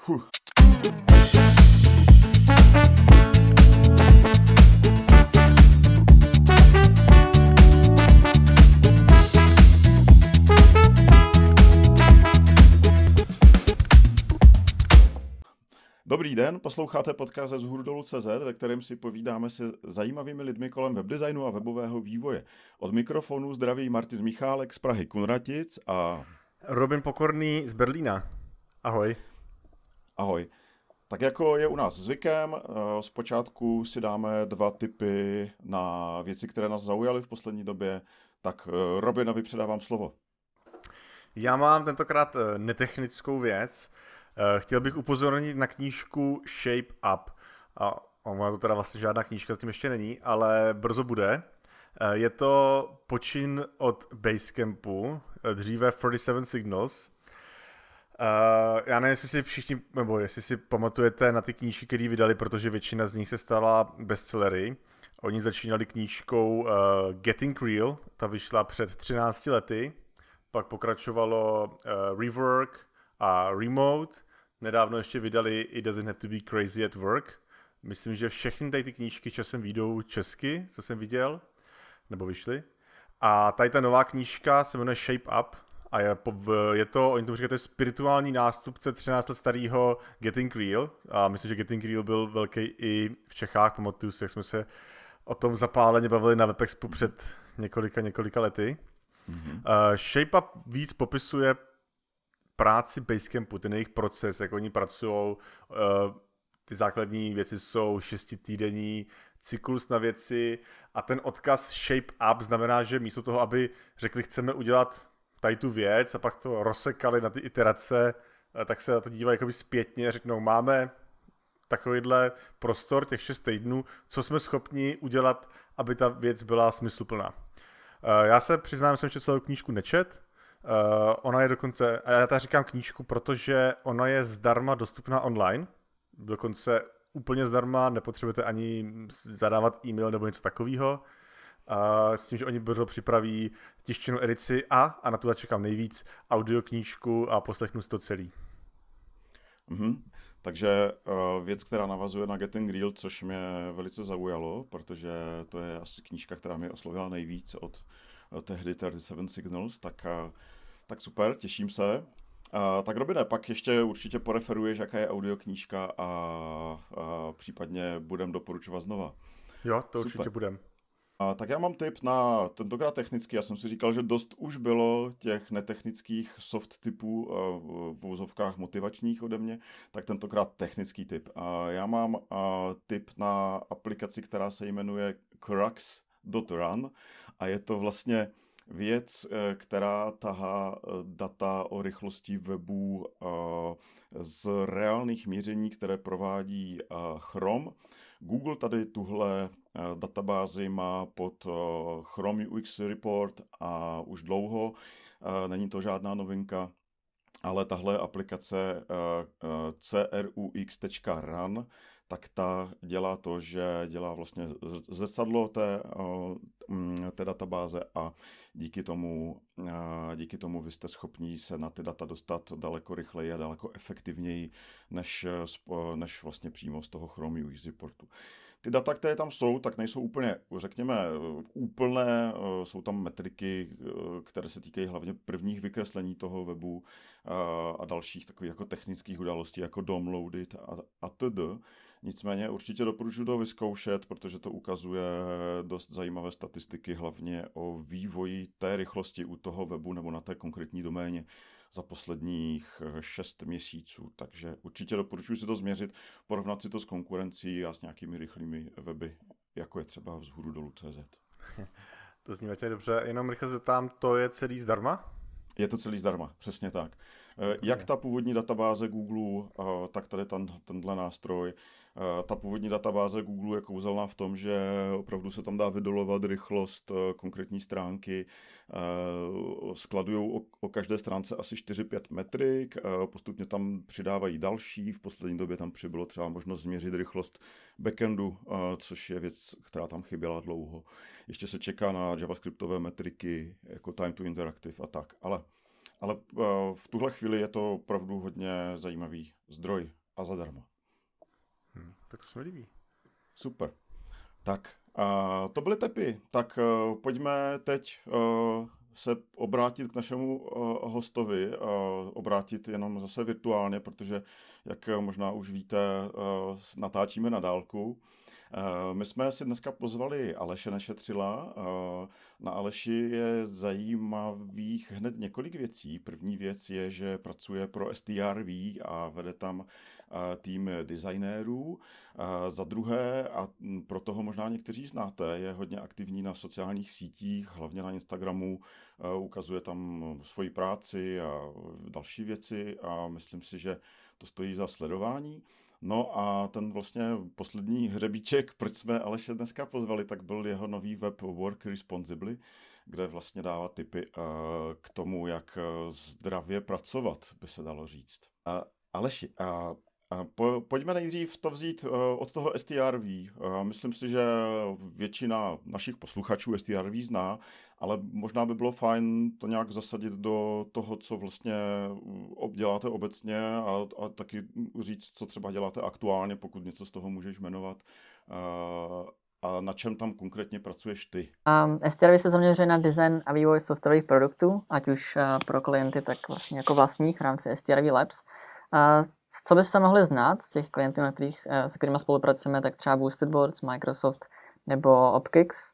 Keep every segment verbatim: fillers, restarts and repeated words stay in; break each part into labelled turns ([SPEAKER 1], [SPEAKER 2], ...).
[SPEAKER 1] Fuh. Dobrý den, posloucháte podcast ze Vzhůru dolů tečka cé zet, ve kterém si povídáme se zajímavými lidmi kolem webdesignu a webového vývoje. Od mikrofonu zdraví Martin Michálek z Prahy Kunratic a
[SPEAKER 2] Robin Pokorný z Berlína. Ahoj.
[SPEAKER 1] Ahoj. Tak jako je u nás zvykem, zpočátku si dáme dva tipy na věci, které nás zaujaly v poslední době. Tak Robinovi předávám slovo.
[SPEAKER 2] Já mám tentokrát netechnickou věc. Chtěl bych upozornit na knížku Shape Up. A ona to teda vlastně žádná knížka zatím ještě není, ale brzo bude. Je to počin od Basecampu, dříve čtyřicet sedm Signals. Já nevím, jestli si všichni, nebo jestli si pamatujete na ty knížky, které vydali, protože většina z nich se stala bestsellery. Oni začínali knížkou Getting Real, ta vyšla před třinácti lety. Pak pokračovalo Rework a Remote. Nedávno ještě vydali It Doesn't Have to Be Crazy at Work. Myslím, že všechny tady ty knížky časem vyjdou česky, co jsem viděl, nebo vyšly. A tady ta nová knížka se jmenuje Shape Up a je, je to, oni tomu říkají, to je spirituální nástupce třináct let starého Getting Real. A myslím, že Getting Real byl velký i v Čechách, pamatuju si, jak jsme se o tom zapáleně bavili na Webexpu před několika, několika lety. Mm-hmm. Uh, Shape Up víc popisuje práci Basecampu, ten jejich proces, jak oni pracují. Ty základní věci jsou šestitýdenní cyklus na věci a ten odkaz Shape Up znamená, že místo toho, aby řekli, chceme udělat tady tu věc a pak to rozsekali na ty iterace, tak se na to dívají jakoby zpětně a řeknou, máme takovýhle prostor, těch šest týdnů, co jsme schopni udělat, aby ta věc byla smysluplná. Já se přiznám, že jsem ještě celou knížku nečet. Uh, ona je dokonce, a já tady říkám knížku, protože ona je zdarma dostupná online, dokonce úplně zdarma, nepotřebujete ani zadávat e-mail nebo něco takového. Uh, s tím, že oni brzo připraví tištěnou edici a, a na tu já čekám nejvíc, audioknížku a poslechnu si to celý.
[SPEAKER 1] Mm-hmm. Takže uh, věc, která navazuje na Getting Real, což mě velice zaujalo, protože to je asi knížka, která mě oslovila nejvíc od tehdy třicet sedm Signals, tak, tak super, těším se. A, tak Robine, pak ještě určitě poreferuješ, jaká je audioknížka a, a případně budem doporučovat znova.
[SPEAKER 2] Jo, to
[SPEAKER 1] super.
[SPEAKER 2] Určitě budem.
[SPEAKER 1] A, tak já mám tip na tentokrát technický, já jsem si říkal, že dost už bylo těch netechnických soft typů v vozovkách motivačních ode mě, tak tentokrát technický tip. A já mám a, tip na aplikaci, která se jmenuje Crux dot run a je to vlastně věc, která tahá data o rychlosti webu z reálných měření, které provádí Chrome. Google tady tuhle databázi má pod Chrome U X Report a už dlouho, není to žádná novinka, ale tahle aplikace crux tečka run tak ta dělá to, že dělá vlastně zrcadlo té, té databáze a díky tomu, díky tomu vy jste schopní se na ty data dostat daleko rychleji a daleko efektivněji, než, než vlastně přímo z toho Chrome U X Reportu. Ty data, které tam jsou, tak nejsou úplně, řekněme, úplné, jsou tam metriky, které se týkají hlavně prvních vykreslení toho webu a dalších takových jako technických událostí, jako downloadit a, a td. Nicméně určitě doporučuji to vyzkoušet, protože to ukazuje dost zajímavé statistiky, hlavně o vývoji té rychlosti u toho webu nebo na té konkrétní doméně za posledních šest měsíců. Takže určitě doporučuji si to změřit, porovnat si to s konkurencí a s nějakými rychlými weby, jako je třeba Vzhůru dolů tečka cé zet.
[SPEAKER 2] To zní velmi dobře, jenom rychle zeptám, to je celý zdarma?
[SPEAKER 1] Je to celý zdarma, přesně tak. Jak ta původní databáze Google, tak tady ten, tenhle nástroj. Ta původní databáze Google je kouzelná v tom, že opravdu se tam dá vydolovat rychlost konkrétní stránky. Skladují o, o každé stránce asi čtyři pět metrik, postupně tam přidávají další. V poslední době tam přibylo třeba možnost změřit rychlost backendu, což je věc, která tam chyběla dlouho. Ještě se čeká na javascriptové metriky, jako time to interactive a tak. Ale ale v tuhle chvíli je to opravdu hodně zajímavý zdroj a zadarmo.
[SPEAKER 2] Hmm, tak to se mi líbí.
[SPEAKER 1] Super. Tak, uh, to byly tipy. Tak uh, pojďme teď uh, se obrátit k našemu uh, hostovi, uh, obrátit jenom zase virtuálně, protože, jak možná už víte, uh, natáčíme na dálku. My jsme si dneska pozvali Aleše Nešetřila. Na Aleši je zajímavých hned několik věcí. První věc je, že pracuje pro S T R V a vede tam tým designérů. Za druhé, a pro toho možná někteří znáte, je hodně aktivní na sociálních sítích, hlavně na Instagramu, ukazuje tam svoji práci a další věci a myslím si, že to stojí za sledování. No a ten vlastně poslední hřebíček, proč jsme Aleše dneska pozvali, tak byl jeho nový web Work Responsibly, kde vlastně dává tipy k tomu, jak zdravě pracovat, by se dalo říct. Aleši, a po, pojďme nejdřív to vzít od toho S T R V. Myslím si, že většina našich posluchačů S T R V zná, ale možná by bylo fajn to nějak zasadit do toho, co vlastně děláte obecně a, a taky říct, co třeba děláte aktuálně, pokud něco z toho můžeš jmenovat. A na čem tam konkrétně pracuješ ty?
[SPEAKER 3] Um, S T R V se zaměřuje na design a vývoj softwarových produktů, ať už uh, pro klienty, tak vlastně jako vlastních v rámci S T R V Labs. Uh, Co byste mohli znát z těch klientů, na kterých, s kterými spolupracujeme, tak třeba Boosted Boards, Microsoft nebo OpKicks.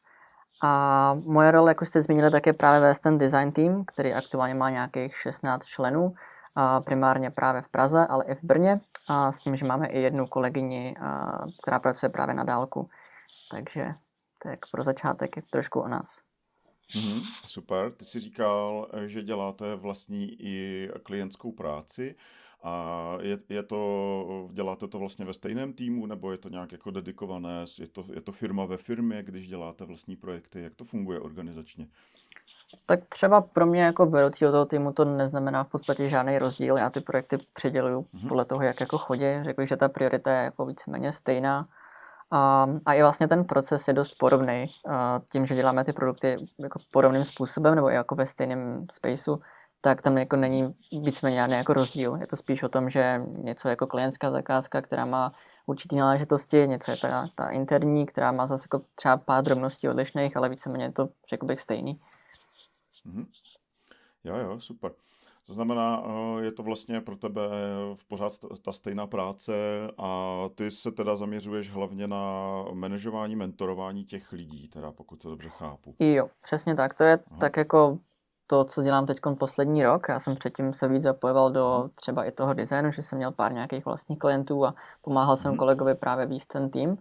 [SPEAKER 3] A moje role, jak už jste zmínili, tak je právě vést ten design team, který aktuálně má nějakých šestnáct členů, a primárně právě v Praze, ale i v Brně. A s tím, že máme i jednu kolegyni, která pracuje právě na dálku. Takže tak pro začátek je trošku o nás.
[SPEAKER 1] Mm, super. Ty jsi říkal, že děláte vlastní i klientskou práci. A je, je to, děláte to vlastně ve stejném týmu, nebo je to nějak jako dedikované, je to, je to firma ve firmě, když děláte vlastní projekty, jak to funguje organizačně?
[SPEAKER 3] Tak třeba pro mě jako vedoucího toho týmu to neznamená v podstatě žádný rozdíl, já ty projekty přiděluju mm-hmm. podle toho, jak jako chodí, řekl bych, že ta priorita je jako víceméně stejná. A, a i vlastně ten proces je dost podobný, tím, že děláme ty produkty jako podobným způsobem, nebo i jako ve stejném spaceu, tak tam jako není víceméně žádný jako rozdíl. Je to spíš o tom, že něco jako klientská zakázka, která má určitý náležitosti, něco je ta, ta interní, která má zase jako třeba pár drobností odlišných, ale víceméně je to, řekl bych, stejný.
[SPEAKER 1] Mm-hmm. Jo, jo, super. To znamená, je to vlastně pro tebe v pořád ta stejná práce a ty se teda zaměřuješ hlavně na manažování, mentorování těch lidí, teda pokud to dobře chápu.
[SPEAKER 3] Jo, přesně tak. To je Aha. tak jako to, co dělám teď poslední rok. Já jsem předtím se víc zapojoval do třeba i toho designu, že jsem měl pár nějakých vlastních klientů a pomáhal jsem mm. kolegovi právě víc ten tým.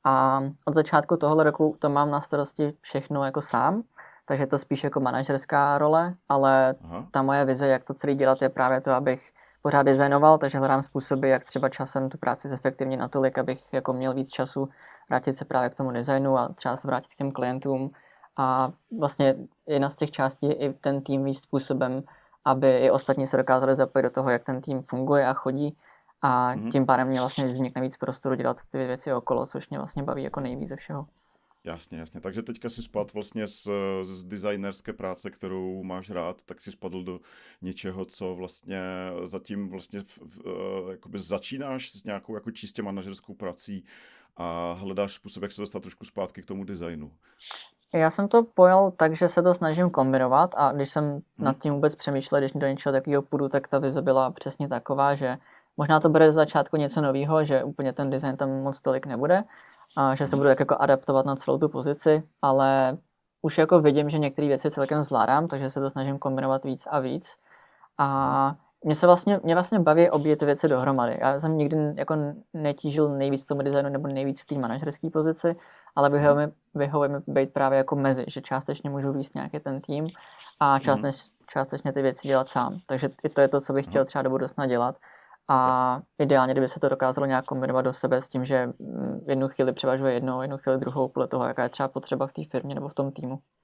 [SPEAKER 3] A od začátku tohoto roku to mám na starosti všechno jako sám, takže to spíš jako manažerská role, ale Aha. ta moje vize, jak to celý dělat, je právě to, abych pořád designoval, takže hledám způsoby, jak třeba časem tu práci zefektivnit natolik, abych jako měl víc času vrátit se právě k tomu designu a třeba se vrátit k těm klientům. A vlastně jedna z těch částí je i ten tým víc způsobem, aby i ostatní se dokázali zapojit do toho, jak ten tým funguje a chodí. A mm-hmm. tím pádem mě vlastně vznikne víc prostoru dělat ty věci okolo, což mě vlastně baví jako nejvíc ze všeho.
[SPEAKER 1] Jasně, jasně. Takže teďka si spadl vlastně z, z designerské práce, kterou máš rád, tak si spadl do něčeho, co vlastně zatím vlastně v, v, jakoby začínáš s nějakou jako čistě manažerskou prací a hledáš způsob, jak se dostat trošku zpátky k tomu designu.
[SPEAKER 3] Já jsem to pojal tak, že se to snažím kombinovat a když jsem hmm. nad tím vůbec přemýšlel, když do něčeho takového půjdu, tak ta vize byla přesně taková, že možná to bude z začátku něco nového, že úplně ten design tam moc tolik nebude, a že se budu tak jako adaptovat na celou tu pozici, ale už jako vidím, že některé věci celkem zvládám, takže se to snažím kombinovat víc a víc. A mě se vlastně, mě vlastně baví obě ty věci dohromady. Já jsem nikdy jako netížil nejvíc tomu designu nebo nejvíc té manažerské pozici, ale vyhovuje, vyhovuje mi být právě jako mezi, že částečně můžu víc nějaký ten tým a částečně, částečně ty věci dělat sám. Takže i to je to, co bych chtěl třeba do budoucna dělat. A ideálně, kdyby se to dokázalo nějak kombinovat do sebe s tím, že v jednu chvíli převažuje jednou, jednu chvíli druhou, podle toho, jaká je třeba potřeba v té firmě nebo v tom týmu.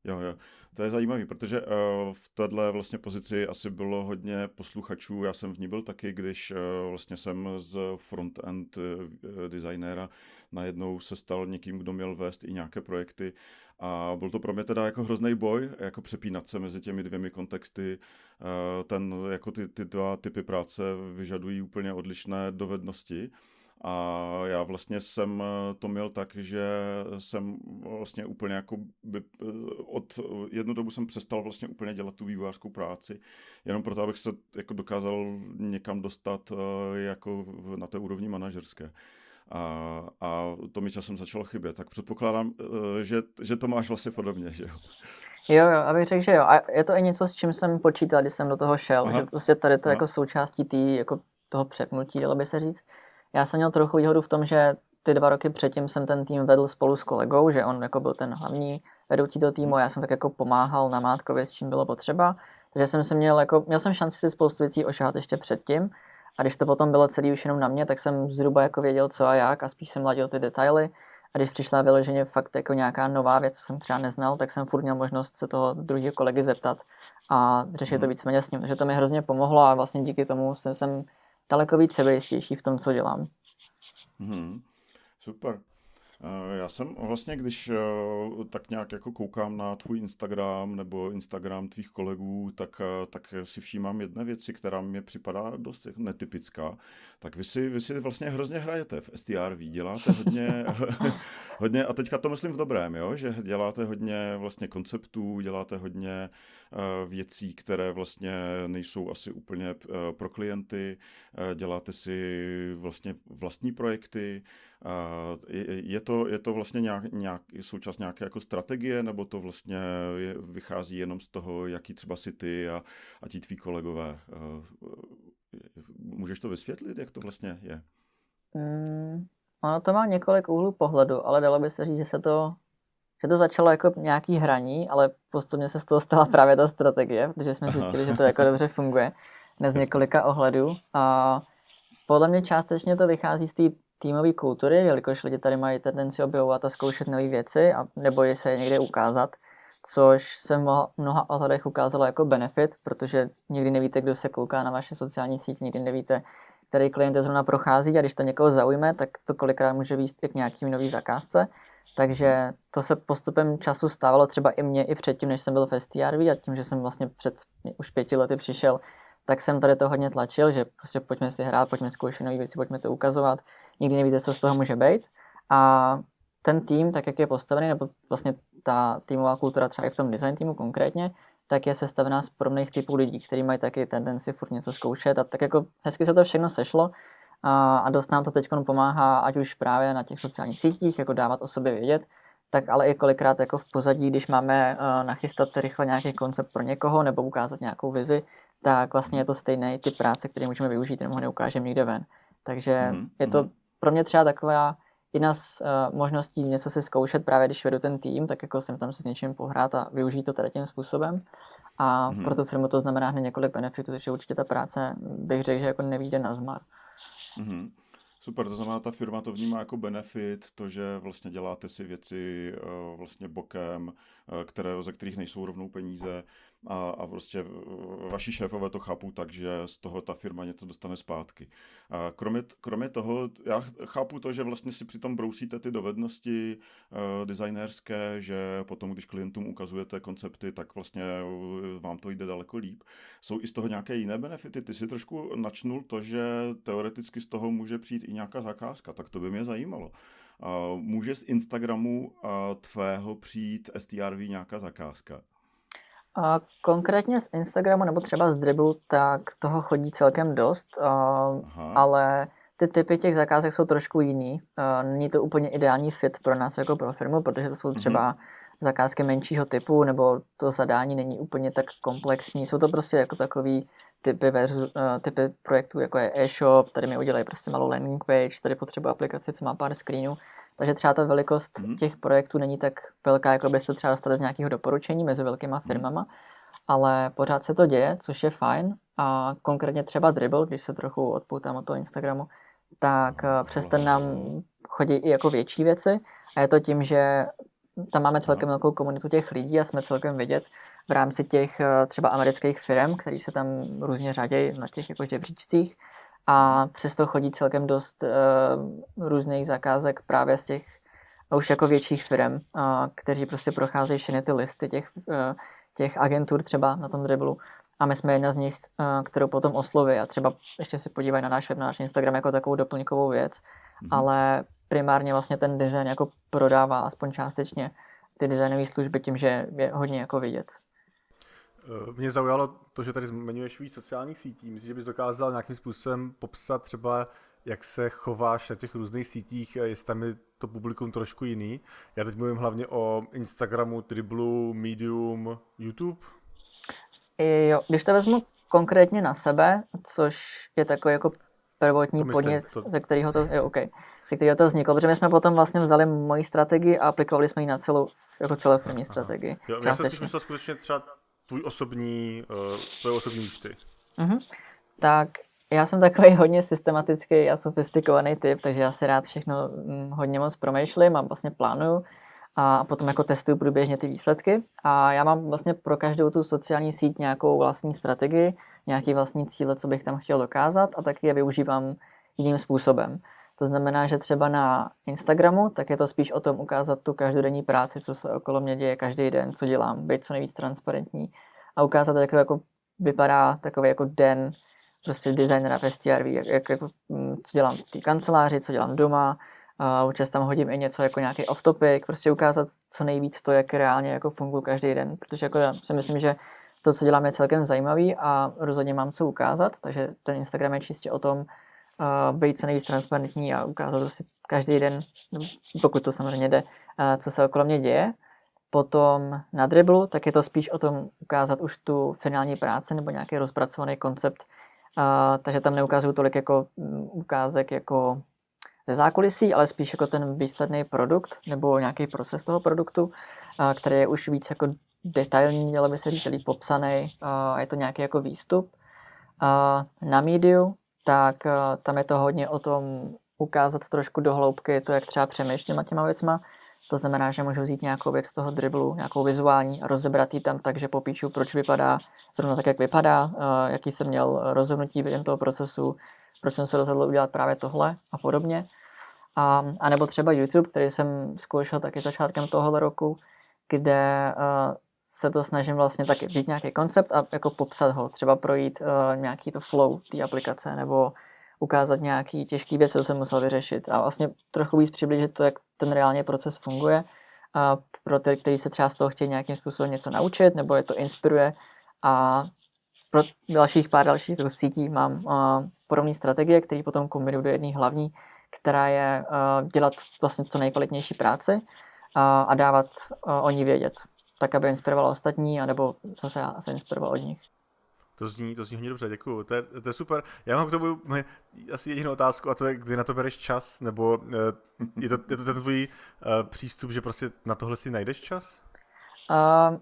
[SPEAKER 1] Jo, jo, to je zajímavý, protože uh, v téhle vlastně pozici asi bylo hodně posluchačů, já jsem v ní byl taky, když uh, vlastně jsem z front-end uh, designéra najednou se stal někým, kdo měl vést i nějaké projekty a byl to pro mě teda jako hrozný boj, jako přepínat se mezi těmi dvěmi kontexty, uh, ten, jako ty, ty dva typy práce vyžadují úplně odlišné dovednosti. A já vlastně jsem to měl tak, že jsem vlastně úplně jako by od jednu dobu jsem přestal vlastně úplně dělat tu vývojářskou práci, jenom proto, abych se jako dokázal někam dostat jako na té úrovni manažerské. A, a to mi časem začalo chybět. Tak předpokládám, že, že to máš vlastně podobně, že jo?
[SPEAKER 3] Jo, jo, abych řekl, že jo. A je to i něco, s čím jsem počítal, když jsem do toho šel, aha, že prostě tady to je jako součástí tý, jako toho přepnutí, dalo by se říct. Já jsem měl trochu výhodu v tom, že ty dva roky předtím jsem ten tým vedl spolu s kolegou, že on jako byl ten hlavní vedoucí toho týmu, já jsem tak jako pomáhal namátkově, s čím bylo potřeba, takže jsem se měl jako, měl jsem šanci si spoustu věcí ošahat ještě předtím a když to potom bylo celý už jenom na mě, tak jsem zhruba jako věděl co a jak a spíš jsem ladil ty detaily a když přišla vyloženě fakt jako nějaká nová věc, co jsem třeba neznal, tak jsem furt měl možnost se toho druhého kolegy zeptat a řešit to víceméně s ním, takže to mi hrozně pomohlo a vlastně díky tomu jsem, jsem daleko víc sebejistější v tom, co dělám.
[SPEAKER 1] Hmm, super. Já jsem vlastně, když tak nějak jako koukám na tvůj Instagram nebo Instagram tvých kolegů, tak, tak si všímám jedné věci, která mi připadá dost netypická. Tak vy si, vy si vlastně hrozně hrajete v S T R V, děláte hodně, hodně, a teďka to myslím v dobrém, jo? Že děláte hodně vlastně konceptů, děláte hodně věcí, které vlastně nejsou asi úplně pro klienty, děláte si vlastně vlastní projekty. Je to, je to vlastně nějak, nějak, součást nějaké jako strategie, nebo to vlastně je, vychází jenom z toho, jaký třeba si ty a, a ti tví kolegové? Můžeš to vysvětlit, jak to vlastně je?
[SPEAKER 3] Mm, ono to má několik úhlů pohledu, ale dalo by se říct, že se to že to začalo jako nějaký hraní, ale postupně se z toho stala právě ta strategie, protože jsme zjistili, že to jako dobře funguje, ne z několika ohledů. A podle mě částečně to vychází z té týmové kultury, jelikož lidi tady mají tendenci objevovat a zkoušet nové věci a nebojí se je někde ukázat, což se v mnoha ohledech ukázalo jako benefit, protože nikdy nevíte, kdo se kouká na vaše sociální sítě, nikdy nevíte, který klient zrovna prochází a když to někoho zaujme, tak to kolikrát může vést i k nějakým nový zakázce. Takže to se postupem času stávalo třeba i mně, i předtím, než jsem byl v S T R V a tím, že jsem vlastně před už pěti lety přišel, tak jsem tady to hodně tlačil, že prostě pojďme si hrát, pojďme zkoušet nové věci, pojďme to ukazovat, nikdy nevíte, co z toho může být. A ten tým, tak jak je postavený, nebo vlastně ta týmová kultura třeba i v tom design týmu konkrétně, tak je sestavená z podobných typů lidí, kteří mají taky tendenci furt něco zkoušet a tak jako hezky se to všechno sešlo. A dost nám to teď pomáhá, ať už právě na těch sociálních sítích, jako dávat o sobě vědět, tak ale i kolikrát jako v pozadí, když máme nachystat rychle nějaký koncept pro někoho nebo ukázat nějakou vizi, tak vlastně je to stejný typ práce, který můžeme využít, jenom ho neukážeme nikde ven. Takže mm-hmm. je to pro mě třeba taková jedna z uh, možností něco si zkoušet právě, když vedu ten tým, tak jako jsem tam se s něčím pohrát a využít to tady tím způsobem. A mm-hmm. pro tu firmu to znamená hned několik benefitů, takže určitě ta práce bych řekl, že jako nevyjde na zmar.
[SPEAKER 1] Mm-hmm. Super, to znamená, ta firma to vnímá jako benefit, to, že vlastně děláte si věci uh, vlastně bokem, uh, které, ze kterých nejsou rovnou peníze a, a prostě vaši šéfové to chápou tak, že z toho ta firma něco dostane zpátky. A kromě, kromě toho, já chápu to, že vlastně si přitom brousíte ty dovednosti uh, designérské, že potom, když klientům ukazujete koncepty, tak vlastně vám to jde daleko líp. Jsou i z toho nějaké jiné benefity? Ty si trošku načnul to, že teoreticky z toho může přijít i nějaká zakázka, tak to by mě zajímalo. Uh, může z Instagramu uh, tvého přijít S T R V nějaká zakázka?
[SPEAKER 3] A konkrétně z Instagramu nebo třeba z Dribblu, tak toho chodí celkem dost, uh, ale ty typy těch zakázek jsou trošku jiný. Uh, není to úplně ideální fit pro nás jako pro firmu, protože to jsou třeba mm-hmm. zakázky menšího typu, nebo to zadání není úplně tak komplexní. Jsou to prostě jako takový typy, verzu, uh, typy projektů, jako je e-shop, tady mi udělají prostě malou landing page, tady potřebuji aplikaci, co má pár screenů. Takže třeba ta velikost mm. těch projektů není tak velká, jako byste třeba dostali z nějakého doporučení mezi velkýma firmama, mm. ale pořád se to děje, což je fajn. A konkrétně třeba Dribbble, když se trochu odpoutám od toho Instagramu, tak uh, přes ten nám chodí i jako větší věci a je to tím, že tam máme celkem velkou komunitu těch lidí a jsme celkem vidět v rámci těch třeba amerických firm, který se tam různě řadějí na těch jako žebříčcích a přesto chodí celkem dost uh, různých zakázek právě z těch už jako větších firm, uh, kteří prostě procházejí všechny ty listy těch, uh, těch agentur třeba na tom Dribblu. A my jsme jedna z nich, kterou potom osloví a třeba ještě si podívají na náš web, na náš Instagram jako takovou doplňkovou věc, mm-hmm. ale primárně vlastně ten design jako prodává aspoň částečně ty designové služby tím, že je hodně jako vidět.
[SPEAKER 2] Mě zaujalo to, že tady zmiňuješ víc sociálních sítí. Myslíš, že bys dokázal nějakým způsobem popsat třeba, jak se chováš na těch různých sítích, jestli tam je to publikum trošku jiný? Já teď mluvím hlavně o Instagramu, Dribblu, Medium, YouTube.
[SPEAKER 3] Jo, když to vezmu konkrétně na sebe, což je takový jako prvotní to podnět, to... ze kterého to, jo, okay, ze kterého to vzniklo, protože my jsme potom vlastně vzali moji strategii a aplikovali jsme ji na celou, jako celou firmní strategii.
[SPEAKER 2] Jo, já jsem spíš myslel skutečně třeba tvůj osobní, uh, tvoje osobní účty.
[SPEAKER 3] Uh-huh. Tak já jsem takový hodně systematický a sofistikovaný typ, takže já si rád všechno hm, hodně moc promýšlím a vlastně plánuju. A potom jako testuju průběžně ty výsledky a já mám vlastně pro každou tu sociální síť nějakou vlastní strategii, nějaký vlastní cíle, co bych tam chtěl dokázat a taky je využívám jiným způsobem. To znamená, že třeba na Instagramu, tak je to spíš o tom ukázat tu každodenní práci, co se okolo mě děje každý den, co dělám, být co nejvíc transparentní a ukázat, jak jako vypadá takový jako den prostě designera v S T R V, jak, jak, jako, co dělám v té kanceláři, co dělám doma. Uh, občas tam hodím i něco jako nějaký off-topic, prostě ukázat co nejvíc to, jak reálně jako funguji každý den, protože jako já si myslím, že to, co dělám, je celkem zajímavý a rozhodně mám co ukázat, takže ten Instagram je čistě o tom uh, být co nejvíc transparentní a ukázat prostě každý den, pokud to samozřejmě jde, uh, co se okolo mě děje. Potom na Dribblu, tak je to spíš o tom ukázat už tu finální práci nebo nějaký rozpracovaný koncept, uh, takže tam neukazuju tolik jako um, ukázek jako ze zákulisí, ale spíš jako ten výsledný produkt nebo nějaký proces toho produktu, který je už víc jako detailní, mělo by se říct celý popsaný, je to nějaký jako výstup. Na Mediu, tak tam je to hodně o tom ukázat trošku do hloubky to, jak třeba přemýšlím nad těma věcma. To znamená, že můžu vzít nějakou věc z toho Dribblu, nějakou vizuální a rozebrat ji tam tak, že popíšu, proč vypadá zrovna tak, jak vypadá, jaký jsem měl rozhodnutí během toho procesu, proč jsem se rozhodl udělat právě tohle a podobně. A, a nebo třeba YouTube, který jsem zkoušel taky začátkem tohohle roku, kde uh, se to snažím vlastně taky vzít nějaký koncept a jako popsat ho, třeba projít uh, nějaký to flow té aplikace nebo ukázat nějaký těžký věc, co jsem musel vyřešit a vlastně trochu víc přiblížit to, jak ten reálně proces funguje a pro ty, kteří se třeba z toho chtějí nějakým způsobem něco naučit nebo je to inspiruje a pro dalších pár dalších jako sítí mám uh, podobné strategie, které potom kombinuju do jedné hlavní, která je uh, dělat vlastně co nejkvalitnější práci uh, a dávat uh, o ní vědět, tak aby inspirovala ostatní, anebo zase já se inspiroval od nich.
[SPEAKER 2] To zní, to zní hodně dobře, děkuju, to je, to je super. Já mám k tomu asi jedinou otázku a to je, kdy na to bereš čas, nebo uh, je, to, je to ten tvůj uh, přístup, že prostě na tohle si najdeš čas?
[SPEAKER 3] Uh,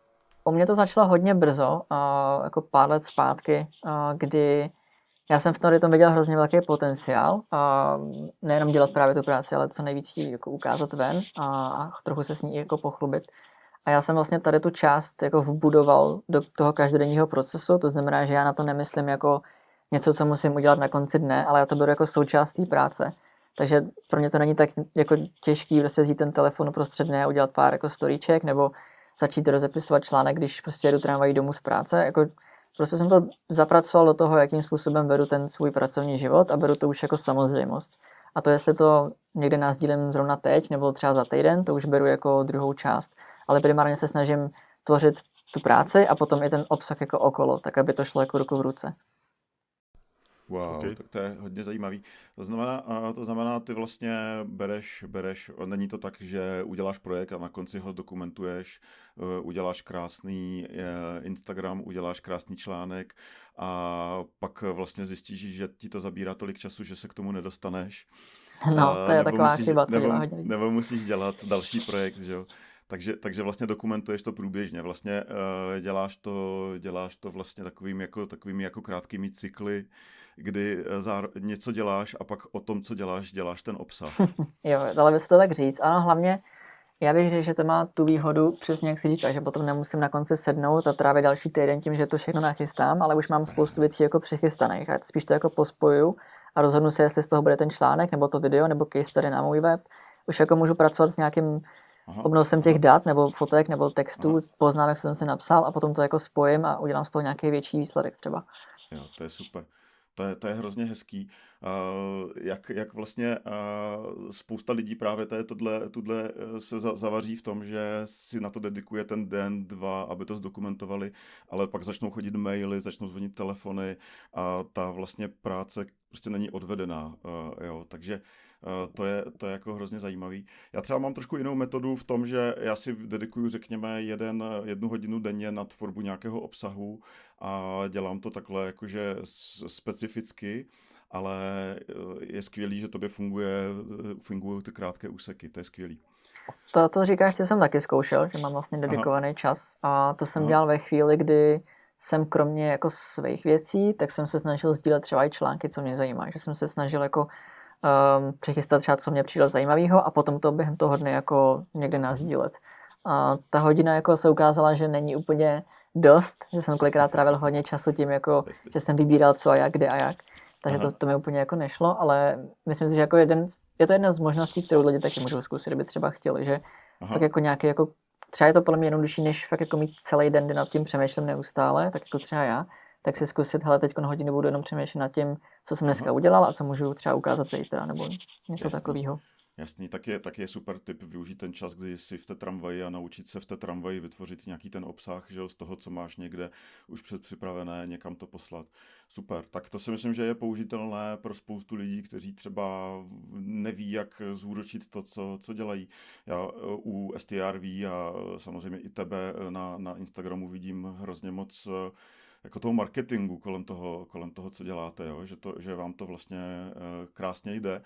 [SPEAKER 3] u mě to začalo hodně brzo, uh, jako pár let zpátky, uh, kdy já jsem v tom, tom viděl hrozně velký potenciál a nejenom dělat právě tu práci, ale co nejvíc ji jako ukázat ven a, a trochu se s ní jako pochlubit. A já jsem vlastně tady tu část jako vbudoval do toho každodenního procesu, to znamená, že já na to nemyslím jako něco, co musím udělat na konci dne, ale já to beru jako součást té práce. Takže pro mě to není tak jako těžký prostě vzít ten telefon uprostřed dne a udělat pár jako storíček nebo začít rozepisovat článek, když prostě jedu tramvají domů z práce. Jako prostě jsem to zapracoval do toho, jakým způsobem vedu ten svůj pracovní život a beru to už jako samozřejmost. A to, jestli to někde nasdílím zrovna teď nebo třeba za týden, to už beru jako druhou část. Ale primárně se snažím tvořit tu práci a potom i ten obsah jako okolo, tak aby to šlo jako ruku v ruce.
[SPEAKER 1] Wow, okay. Tak to je hodně zajímavý. To znamená, to znamená, ty vlastně bereš, bereš, není to tak, že uděláš projekt a na konci ho dokumentuješ, uděláš krásný Instagram, uděláš krásný článek a pak vlastně zjistíš, že ti to zabírá tolik času, že se k tomu nedostaneš.
[SPEAKER 3] No, to je taková
[SPEAKER 1] musíš,
[SPEAKER 3] chyba, co
[SPEAKER 1] nebo,
[SPEAKER 3] dělá hodně lidí.
[SPEAKER 1] Nebo musíš dělat další projekt, že jo. Takže, takže vlastně dokumentuješ to průběžně, vlastně uh, děláš to, děláš to vlastně takovými jako, takovými jako krátkými cykly, kdy záro... něco děláš a pak o tom, co děláš, děláš ten obsah.
[SPEAKER 3] Jo, dalo by se to tak říct. Ano, hlavně Já bych řekl, že to má tu výhodu, přesně jak si říkal, že potom nemusím na konci sednout a trávit další týden tím, že to všechno nachystám, ale už mám spoustu věcí jako přichystaných. A spíš to jako pospoju a rozhodnu se, jestli z toho bude ten článek, nebo to video, nebo case tady na můj web. Už jako můžu pracovat s nějakým
[SPEAKER 1] Aha,
[SPEAKER 3] obnosem těch
[SPEAKER 1] aha,
[SPEAKER 3] dat, nebo fotek, nebo textů,
[SPEAKER 1] aha.
[SPEAKER 3] poznámek, co jsem si napsal a potom to jako spojím a udělám z toho nějaký větší výsledek třeba.
[SPEAKER 1] Jo, to je super. To je, to je hrozně hezký. Uh, jak, jak vlastně uh, spousta lidí právě tady tohle, tohle se za, zavaří v tom, že si na to dedikuje ten den, dva, aby to zdokumentovali, ale pak začnou chodit maily, začnou zvonit telefony a ta vlastně práce prostě není odvedená. Uh, jo, takže Uh, to je, to je jako hrozně zajímavý. Já třeba mám trošku jinou metodu v tom, že já si dedikuju, řekněme, jeden, jednu hodinu denně na tvorbu nějakého obsahu a dělám to takhle jakože specificky, ale je skvělý, že tobě funguje, fungují ty krátké úseky, to je skvělý.
[SPEAKER 3] To, to říkáš, že jsem taky zkoušel, že mám vlastně dedikovaný Aha. čas a to jsem Aha. dělal ve chvíli, kdy jsem kromě jako svých věcí, tak jsem se snažil sdílet třeba i články, co mě zajímá, že jsem se snažil jako Um, přechystat třeba, co mě přijde zajímavého a potom to během toho dne jako někde nasdílet. A ta hodina jako se ukázala, že není úplně dost, že jsem kolikrát trávil hodně času tím, jako, že jsem vybíral co a jak, kde a jak. Takže to, to mi úplně jako nešlo, ale myslím si, že jako jeden, je to jedna z možností, kterou lidi taky můžou zkusit, kdyby třeba chtěli, že Aha. tak jako nějaký jako, třeba je to podle mě jednodušší, než fakt jako mít celý den, kdy nad tím přemýšlím neustále, tak jako třeba já, tak si zkusit, hele, teď hodinu budu jenom přemýšlet nad tím, co jsem dneska Aha. udělal a co můžu třeba ukázat zítra, nebo něco takového.
[SPEAKER 1] Jasný, tak je, tak je super tip využít ten čas, kdy jsi v té tramvaji a naučit se v té tramvaji vytvořit nějaký ten obsah, že jo, z toho, co máš někde už předpřipravené, někam to poslat. Super, tak to si myslím, že je použitelné pro spoustu lidí, kteří třeba neví, jak zúročit to, co, co dělají. Já u S T R V a samozřejmě i tebe na, na Instagramu vidím hrozně moc jako toho marketingu kolem toho, kolem toho, co děláte, jo? Že, to, že vám to vlastně krásně jde.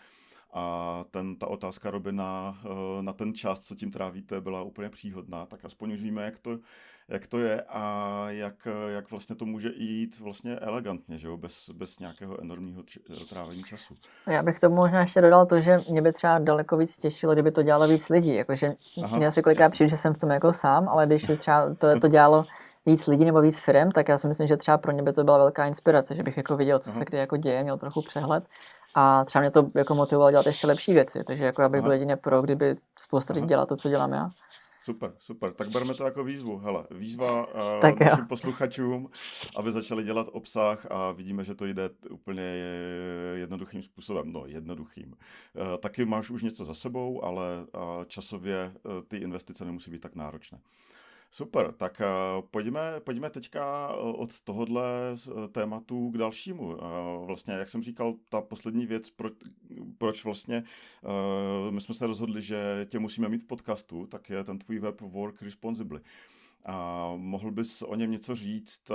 [SPEAKER 1] A ten, ta otázka Robina na ten čas, co tím trávíte, byla úplně příhodná, tak aspoň už víme, jak to, jak to je a jak, jak vlastně to může jít vlastně elegantně, že jo? Bez, bez nějakého enormního trávení času.
[SPEAKER 3] Já bych tomu možná ještě dodal to, že mě by třeba daleko víc těšilo, kdyby to dělalo víc lidí, jakože mě asi kolikrát přijde, že jsem v tom jako sám, ale když by třeba to, to dělalo víc lidí nebo víc firem, tak já si myslím, že třeba pro ně by to byla velká inspirace, že bych jako viděl, co Aha. se kdy jako děje, měl trochu přehled a třeba mě to jako motivovalo dělat ještě lepší věci, takže jako já bych Aha. byl jedině pro, kdyby spousta lidí dělala to, co dělám já.
[SPEAKER 1] Super, super. Tak bereme to jako výzvu. Hele, výzva uh, našim posluchačům, aby začali dělat obsah a vidíme, že to jde úplně jednoduchým způsobem. No, jednoduchým. Uh, taky máš už něco za sebou, ale uh, časově uh, ty investice nemusí být tak náročné. Super, tak uh, pojďme, pojďme teďka od tohohle tématu k dalšímu. Uh, vlastně, jak jsem říkal, ta poslední věc, proč, proč vlastně uh, my jsme se rozhodli, že tě musíme mít v podcastu, tak je ten tvůj web Work Responsibly. A uh, mohl bys o něm něco říct, uh,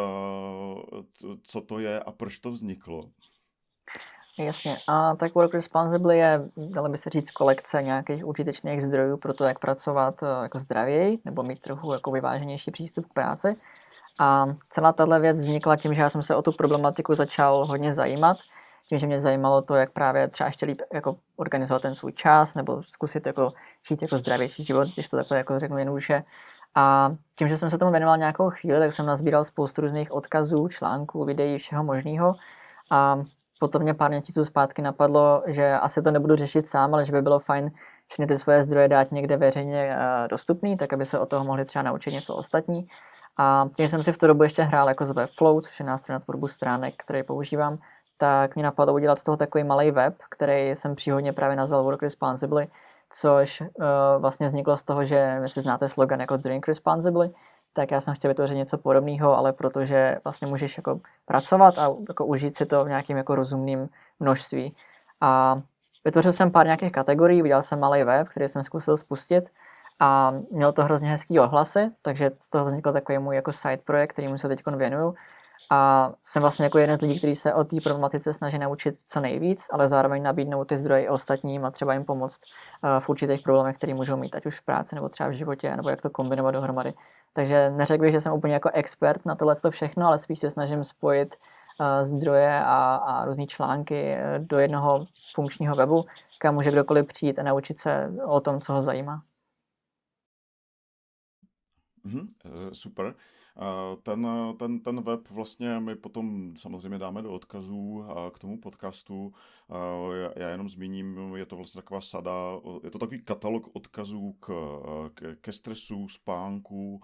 [SPEAKER 1] co to je a proč to vzniklo?
[SPEAKER 3] Jasně. A tak Work Responsibly je, dalo by se říct, kolekce nějakých užitečných zdrojů pro to, jak pracovat jako zdravěji nebo mít trochu jako vyváženější přístup k práci. A celá tahle věc vznikla tím, že já jsem se o tu problematiku začal hodně zajímat. Tím, že mě zajímalo to, jak právě třeba ještě líp jako organizovat ten svůj čas nebo zkusit jako žít jako zdravější život, když to takhle jako řeknu jednoduše. A tím, že jsem se tomu věnoval nějakou chvíli, tak jsem nazbíral spoustu různých odkazů, článků, videí, všeho možného. A potom mě pár měsíců zpátky napadlo, že asi to nebudu řešit sám, ale že by bylo fajn všechny ty svoje zdroje dát někde veřejně dostupný, tak aby se od toho mohli třeba naučit něco ostatní. A tím, že jsem si v tu dobu ještě hrál jako z Webflow, což je nástroj na tvorbu stránek, který používám, tak mě napadlo udělat z toho takový malý web, který jsem příhodně právě nazval Work Responsibly, což uh, vlastně vzniklo z toho, že jestli znáte slogan jako Drink Responsibly, tak já jsem chtěl vytvořit něco podobného, ale protože vlastně můžeš jako pracovat a jako užít si to v nějakým jako rozumným množství. A vytvořil jsem pár nějakých kategorií, udělal jsem malý web, který jsem zkusil spustit a měl to hrozně hezký ohlasy, takže z toho vznikl takový můj jako side projekt, kterýmu se teď věnuju. A jsem vlastně jako jeden z lidí, kteří se o té problematice snaží naučit co nejvíc, ale zároveň nabídnout ty zdroje ostatním a třeba jim pomoct v určitých problémech, které můžou mít, ať už v práci nebo třeba v životě, nebo jak to kombinovat dohromady. Takže neřekl bych, že jsem úplně jako expert na tohle všechno, ale spíš se snažím spojit zdroje a, a různé články do jednoho funkčního webu, kam může kdokoliv přijít a naučit se o tom, co ho zajímá.
[SPEAKER 1] Mhm, super. Ten, ten, ten web vlastně my potom samozřejmě dáme do odkazů k tomu podcastu. Já jenom zmíním, je to vlastně taková sada, je to takový katalog odkazů k, k, ke stresu, spánku,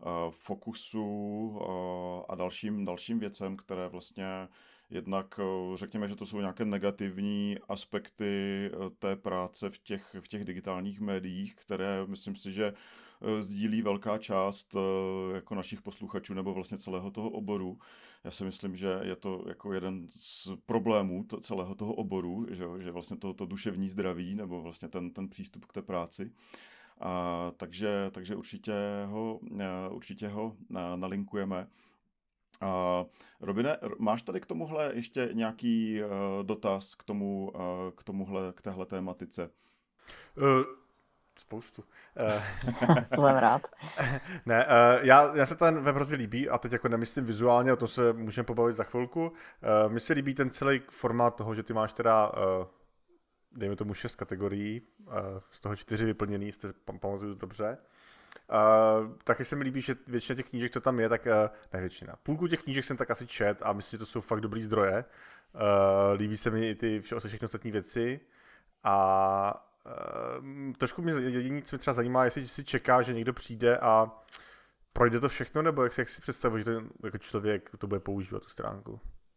[SPEAKER 1] fokusu a dalším, dalším věcem, které vlastně jednak řekněme, že to jsou nějaké negativní aspekty té práce v těch, v těch digitálních médiích, které myslím si, že sdílí velká část jako našich posluchačů nebo vlastně celého toho oboru. Já si myslím, že je to jako jeden z problémů to, celého toho oboru, že, že vlastně to, to duševní zdraví nebo vlastně ten, ten přístup k té práci. A, takže, takže určitě ho, určitě ho nalinkujeme. Uh, Robine, máš tady k tomuhle ještě nějaký uh, dotaz k tomu, uh, k tomuhle, k téhle tématice?
[SPEAKER 2] Uh, spoustu.
[SPEAKER 3] To jsem rád.
[SPEAKER 2] Ne, uh, já, já se ten web hrozně líbí a teď jako nemyslím vizuálně, o tom se můžeme pobavit za chvilku. Uh, Mně se líbí ten celý formát toho, že ty máš teda, uh, dejme tomu šest kategorií, uh, z toho čtyři vyplněný, jestli pamatuju dobře. Uh, taky se mi líbí, že většina těch knížek, co tam je, tak uh, ne většina. Půlku těch knížek jsem tak asi čet a myslím, že to jsou fakt dobrý zdroje. Uh, líbí se mi i ty vše, všechny ostatní věci a uh, trošku mě jediný, co mě třeba zajímá, jestli si čeká, že někdo přijde a projde to všechno, nebo jak si, jak si představuje, že to jako člověk to bude používat tu stránku?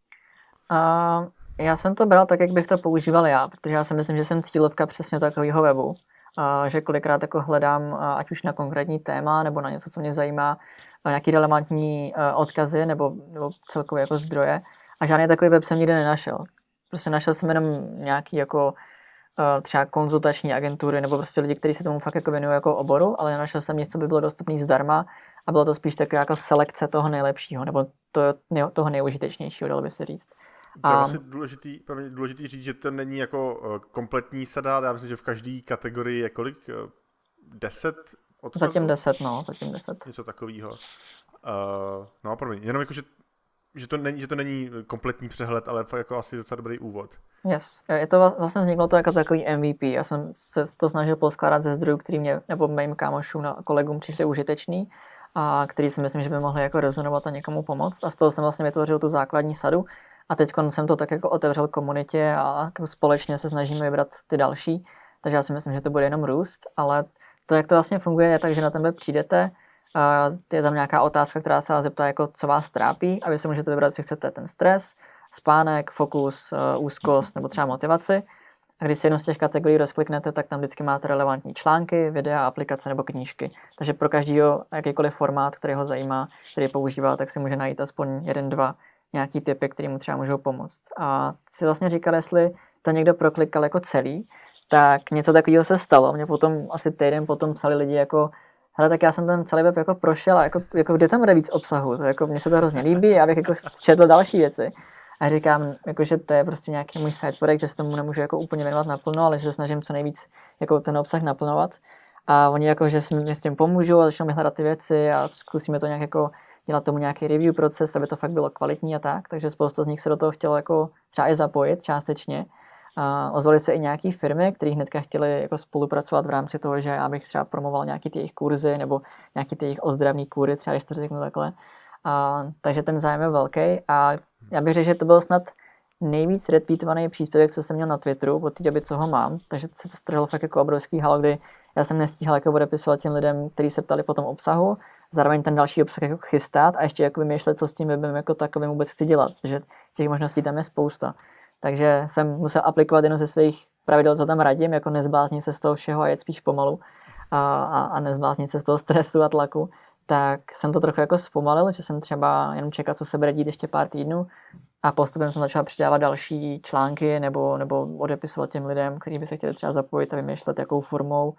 [SPEAKER 3] Uh, já jsem to bral tak, jak bych to používal já, protože já si myslím, že jsem cílovka přesně takového webu. Uh, že kolikrát jako hledám, uh, ať už na konkrétní téma, nebo na něco, co mě zajímá, uh, nějaký relevantní uh, odkazy, nebo, nebo celkově jako zdroje. A žádný takový web jsem nikdy nenašel. Prostě našel jsem jenom nějaký jako uh, třeba konzultační agentury, nebo prostě lidi, kteří se tomu fakt jako věnují jako oboru, ale nenašel jsem nic, co by bylo dostupné zdarma a bylo to spíš taková jako selekce toho nejlepšího, nebo to, toho nejužitečnějšího, dalo by se říct.
[SPEAKER 2] To je vlastně důležitý, důležitý říct, že to není jako kompletní sada, já myslím, že v každé kategorii je kolik? Deset odkazů?
[SPEAKER 3] Zatím deset, no, zatím deset.
[SPEAKER 2] Něco takového. Uh, no, promiň, jenom jako, že, že, to není, že to není kompletní přehled, ale fakt jako asi docela dobrý úvod.
[SPEAKER 3] Yes, je to vlastně vzniklo to jako takový M V P. Já jsem se to snažil poskládat ze zdrojů, který mě, nebo mým kámošům a kolegům přišli užitečný a který si myslím, že by mohli jako rezonovat a někomu pomoct. A z toho jsem vlastně vytvořil tu základní sadu. A teď jsem to tak jako otevřel komunitě a jako společně se snažíme vybrat ty další. Takže já si myslím, že to bude jenom růst, ale to, jak to vlastně funguje, je tak, že na ten web přijdete, je tam nějaká otázka, která se vás zeptá, jako co vás trápí, a vy si můžete vybrat, jestli chcete ten stres, spánek, fokus, úzkost nebo třeba motivaci. A když si jednu z těch kategorií rozkliknete, tak tam vždycky máte relevantní články, videa, aplikace nebo knížky. Takže pro každýho jakýkoliv formát, který ho zajímá, který používá, tak si může najít aspoň jeden, dva nějaký typy, který mu třeba můžou pomoct. A si vlastně říkal, jestli to někdo proklikal jako celý, tak něco takového se stalo. Mě potom asi týden potom psali lidi jako, hele, tak já jsem ten celý web jako prošel a jako, jako kde tam bude víc obsahu, to jako mně se to hrozně líbí, já bych jako četl další věci. A říkám, jako, že to je prostě nějaký můj side projekt, že se tomu nemůžu jako úplně věnovat naplno, ale že se snažím co nejvíc jako ten obsah naplňovat. A oni jako, že mi s tím pomůžou a začnou mi hledat ty věci a zkusíme to nějak jako dělat tomu nějaký review proces, aby to fakt bylo kvalitní a tak, takže spousta z nich se do toho chtělo jako třeba i zapojit částečně. A ozvaly se i nějaké firmy, které hnedka chtěly jako spolupracovat v rámci toho, že já bych třeba promoval nějaký ty jejich kurzy nebo nějaký ty jejich ozdravný kury, třeba když to řeknu takhle. A, takže ten zájem je velký a já bych řekl, že to byl snad nejvíc retweetovaný příspěvek, co jsem měl na Twitteru od té doby, co ho mám, takže se to strhlo fakt jako obrovský halo, kdy já jsem nestíhal jako odepisovat těm lidem, kteří se ptali po tom obsahu, zároveň ten další obsah jako chystat a ještě jako vymýšlet, co s tím webem jako takovým vůbec chci dělat, protože těch možností tam je spousta. Takže jsem musel aplikovat jedno ze svých pravidel, co tam radím, jako nezbláznit se z toho všeho a jet spíš pomalu a, a, a nezbláznit se z toho stresu a tlaku. Tak jsem to trochu jako zpomalil, že jsem třeba jenom čekal, co se bude dít ještě pár týdnů a postupem jsem začal přidávat další články nebo, nebo odepisovat těm lidem, kteří by se chtěli třeba zapojit a vymýšlet, jakou formou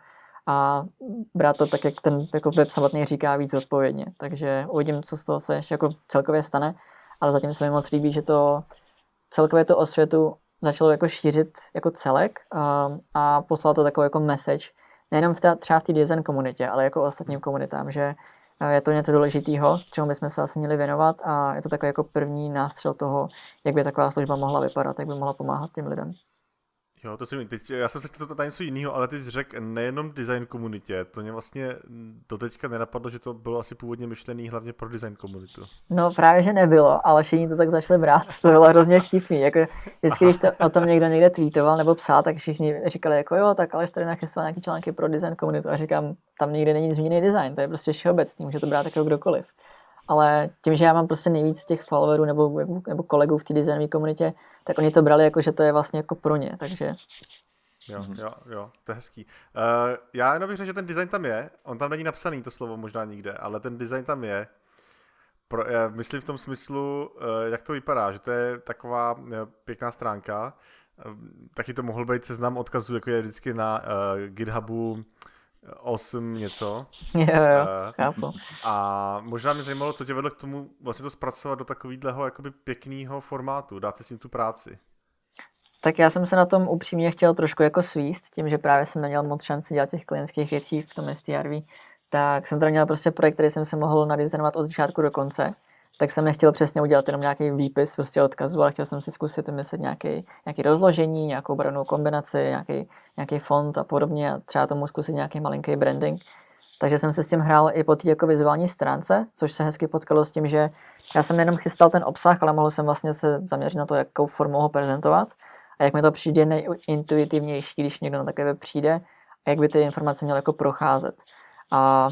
[SPEAKER 3] a brát to tak, jak ten jako web samotný říká, víc odpovědně. Takže uvidím, co z toho se ještě jako celkově stane, ale zatím se mi moc líbí, že to celkově to osvětu začalo jako šířit jako celek a, a poslalo to takový jako message, nejenom v té, třeba v té design komunitě, ale jako ostatním komunitám, že je to něco důležitého, čemu bychom se asi měli věnovat a je to takový jako první nástřel toho, jak by taková služba mohla vypadat, jak by mohla pomáhat těm lidem.
[SPEAKER 2] Jo, to si mi, teď, já jsem se chtěl to něco jiného, ale ty jsi řekl nejenom design komunitě, to mě vlastně doteďka nenapadlo, že to bylo asi původně myšlený hlavně pro design komunitu.
[SPEAKER 3] No právě, že nebylo, ale všichni to tak začali brát, to bylo hrozně vtipný, jako vždycky, když to o tom někdo někde tweetoval nebo psal, tak všichni říkali jako jo, tak Aleš tady nachystal nějaký články pro design komunitu a říkám, tam nikdy není zmíněný design, to je prostě všeobecný, může to brát jako kdokoliv. Ale tím, že já mám prostě nejvíc těch followerů nebo, nebo kolegů v té designové komunitě, tak oni to brali jako, že to je vlastně jako pro ně, takže...
[SPEAKER 2] Jo, jo, jo, to je hezký. Uh, já jenom bych řekl, že ten design tam je, on tam není napsaný to slovo možná nikde, ale ten design tam je. Pro, já myslím v tom smyslu, uh, jak to vypadá, že to je taková uh, pěkná stránka, uh, taky to mohl být seznam odkazů, jako je vždycky na uh, GitHubu osm něco.
[SPEAKER 3] Jo, jo, chápu.
[SPEAKER 2] A možná mě zajímalo, co tě vedlo k tomu vlastně to zpracovat do takového jakoby pěkného formátu, dát si s tím tu práci.
[SPEAKER 3] Tak já jsem se na tom upřímně chtěl trošku jako svíst, tím, že právě jsem neměl moc šanci dělat těch klientských věcí v tom S T R V, tak jsem tady měl prostě projekt, který jsem se mohl nadizajnovat od začátku do konce, tak jsem nechtěl přesně udělat jenom nějaký výpis prostě odkazu, ale chtěl jsem si zkusit vymyslet nějaký, nějaký rozložení, nějakou barevnou kombinaci, nějaký, nějaký font a podobně a třeba tomu zkusit nějaký malinký branding. Takže jsem se s tím hrál i po té jako vizuální stránce, což se hezky potkalo s tím, že já jsem nejenom chystal ten obsah, ale mohl jsem vlastně se zaměřit na to, jakou formou ho prezentovat a jak mi to přijde nejintuitivnější, když někdo na takové přijde a jak by ty informace měl jako procházet. A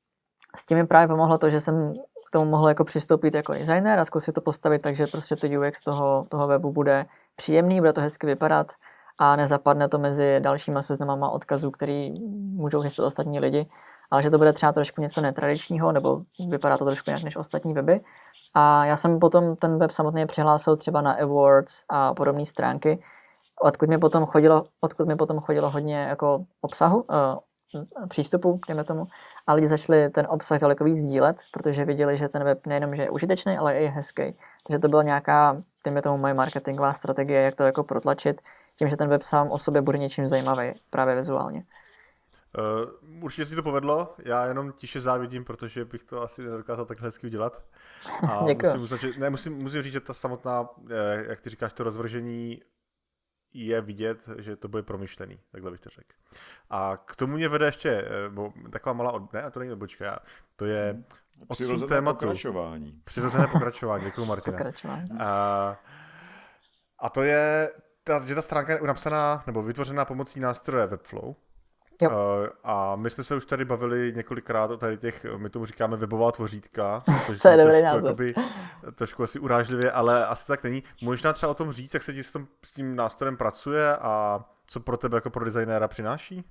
[SPEAKER 3] s tím mi právě pomohlo to, že jsem k tomu mohl jako přistoupit jako designer a zkusit to postavit tak, že prostě to U X toho, toho webu bude příjemný, bude to hezky vypadat a nezapadne to mezi dalšíma seznamama odkazů, který můžou chystat ostatní lidi, ale že to bude třeba trošku něco netradičního, nebo vypadá to trošku jinak než ostatní weby. A já jsem potom ten web samotný přihlásil třeba na Awards a podobné stránky, odkud mi potom chodilo, odkud mi potom chodilo hodně jako obsahu, uh, přístupu, dejme tomu, a lidi začali ten obsah daleko víc sdílet, protože viděli, že ten web nejenom že je užitečný, ale i hezký. Takže to byla nějaká, dejme tomu, moje marketingová strategie, jak to jako protlačit, tím, že ten web sám o sobě bude něčím zajímavý, právě vizuálně.
[SPEAKER 2] Uh, určitě si to povedlo, já jenom tiše závidím, protože bych to asi nedokázal takhle hezky udělat. A musím, uznat, že, ne, musím, musím říct, že ta samotná, jak ty říkáš, to rozvržení je vidět, že to bude promyšlený, takhle bych to řekl. A k tomu mě vede ještě bo, taková malá, od... ne, to není odbočka, to je
[SPEAKER 1] přirozené tématu. pokračování.
[SPEAKER 2] Přirozené pokračování, děkuji Martina.
[SPEAKER 3] Pokračování.
[SPEAKER 2] A, a to je, ta, že ta stránka je napsaná nebo vytvořená pomocí nástroje Webflow.
[SPEAKER 3] Jo.
[SPEAKER 2] Uh, a my jsme se už tady bavili několikrát o tady těch, my tomu říkáme webová tvořítka,
[SPEAKER 3] to je
[SPEAKER 2] trošku, jakoby, trošku asi urážlivě, ale asi tak není. Můžeš nám třeba o tom říct, jak se ti s, tom, s tím nástrojem pracuje a co pro tebe jako pro designéra přináší?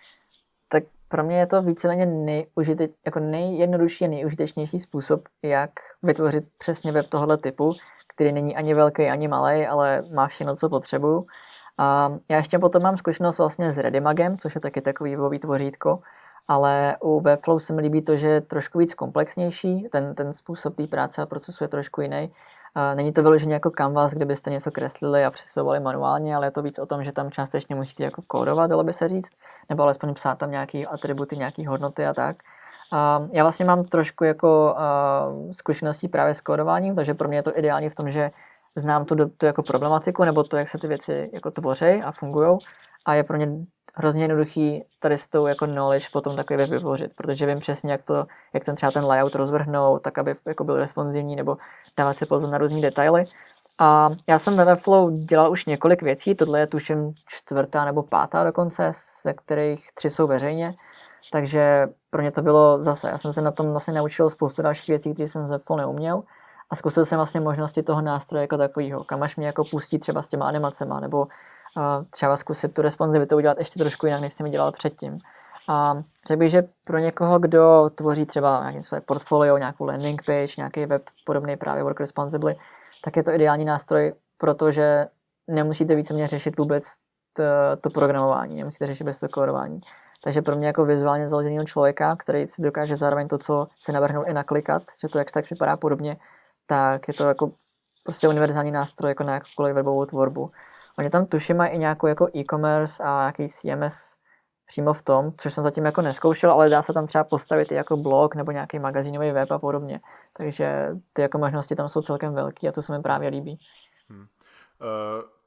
[SPEAKER 3] Tak pro mě je to víceméně nejužite, jako nejjednodušší a nejužitečnější způsob, jak vytvořit přesně web tohoto typu, který není ani velký, ani malý, ale má všechno, co potřebuju. A já ještě potom mám zkušenost vlastně s Redimagem, což je taky takový webový tvořítko, ale u Webflow se mi líbí to, že je trošku víc komplexnější, ten, ten způsob té práce a procesu je trošku jiný. A není to vyloženě jako Canvas, kde byste něco kreslili a přesouvali manuálně, ale je to víc o tom, že tam částečně musíte jako kódovat, dalo by se říct, nebo alespoň psát tam nějaké atributy, nějaké hodnoty a tak. A já vlastně mám trošku jako uh, zkušeností právě s kódováním, takže pro mě je to ideální v tom, že znám tu, tu jako problematiku, nebo to, jak se ty věci jako tvoří a fungují. A je pro mě hrozně jednoduchý tady s tou jako knowledge potom takový web vytvořit, protože vím přesně, jak, to, jak ten třeba ten layout rozvrhnout, tak aby jako byl responsivní, nebo dávat si pozor na různý detaily. A já jsem ve Webflow dělal už několik věcí, tohle je tuším čtvrtá nebo pátá dokonce, ze kterých tři jsou veřejně. Takže pro mě to bylo zase, já jsem se na tom vlastně naučil spoustu dalších věcí, které jsem z Webflow neuměl. A zkusil jsem vlastně možnosti toho nástroje jako takového, kam až mě jako pustí třeba s těma animacema, nebo uh, třeba zkusit tu responsivitu udělat ještě trošku jinak, než jsem ji dělal předtím. A řekl bych, že pro někoho, kdo tvoří třeba nějaké své portfolio, nějakou landing page, nějaký web podobný právě Work Responsibly, tak je to ideální nástroj, protože nemusíte víceméně řešit vůbec to, to programování, nemusíte řešit bez toho kódování. Takže pro mě jako vizuálně založeného člověka, který si dokáže zároveň to, co si navrhnout, i naklikat, že to jak tak vypadá podobně, tak je to jako prostě univerzální nástroj jako na jakoukoliv webovou tvorbu. Oni tam tuším mají i nějakou jako e-commerce a nějaký C M S přímo v tom, což jsem zatím jako neskoušel, ale dá se tam třeba postavit i jako blog nebo nějaký magazínový web a podobně. Takže ty jako možnosti tam jsou celkem velký a to se mi právě líbí.
[SPEAKER 2] Hmm. Uh,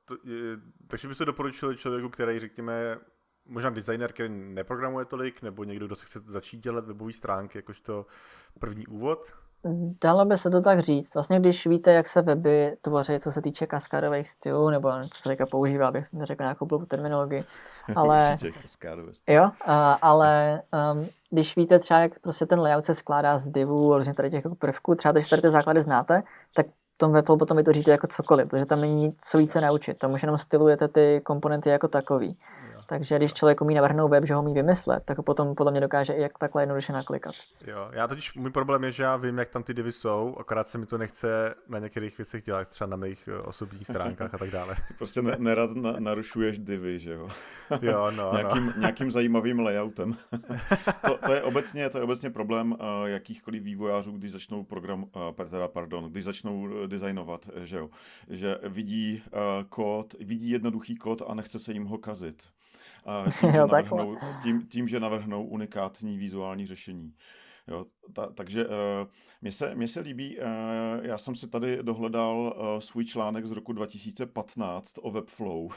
[SPEAKER 2] to je, takže byste doporučili člověku, který, řekněme, možná designer, který neprogramuje tolik, nebo někdo, kdo se chce začít dělat webové stránky, jakožto první úvod?
[SPEAKER 3] Dalo by se to tak říct. Vlastně když víte, jak se weby tvoří, co se týče kaskádových stylů, nebo co se teďka používá, abych neřekl nějakou blbou terminologii, ale...
[SPEAKER 1] Určitě kaskádové styly.
[SPEAKER 3] Jo, uh, ale um, když víte třeba, jak prostě ten layout se skládá z divů a různě tady těch jako prvků, třeba když tady ty základy znáte, tak v tom webu potom vytvoříte jako cokoliv, protože tam není co více naučit, tam už jenom stylujete ty komponenty jako takový. Takže když člověk umí navrhnout web, že ho umí vymyslet, tak ho potom podle mě dokáže i jak takhle jednoduše naklikat.
[SPEAKER 2] Jo, já totiž, můj problém je, že já vím, jak tam ty divy jsou, akorát se mi to nechce na některých věcech dělat, třeba na mých osobních stránkách a tak dále.
[SPEAKER 1] Ty prostě ne, nerad na, narušuješ divy, že jo?
[SPEAKER 2] Jo, no,
[SPEAKER 1] nějakým,
[SPEAKER 2] no.
[SPEAKER 1] nějakým zajímavým layoutem. to, to, je obecně, to je obecně problém uh, jakýchkoliv vývojářů, když začnou program, uh, teda, pardon, když začnou designovat, že jo? Že vidí uh, kód, vidí jednoduchý kód a nechce se jim ho kazit. Uh, tím, že navrhnou, tím, tím, že navrhnou unikátní vizuální řešení. Jo, ta, takže uh, mně se, mně se líbí, uh, já jsem si tady dohledal uh, svůj článek z roku dva tisíce patnáct o Webflow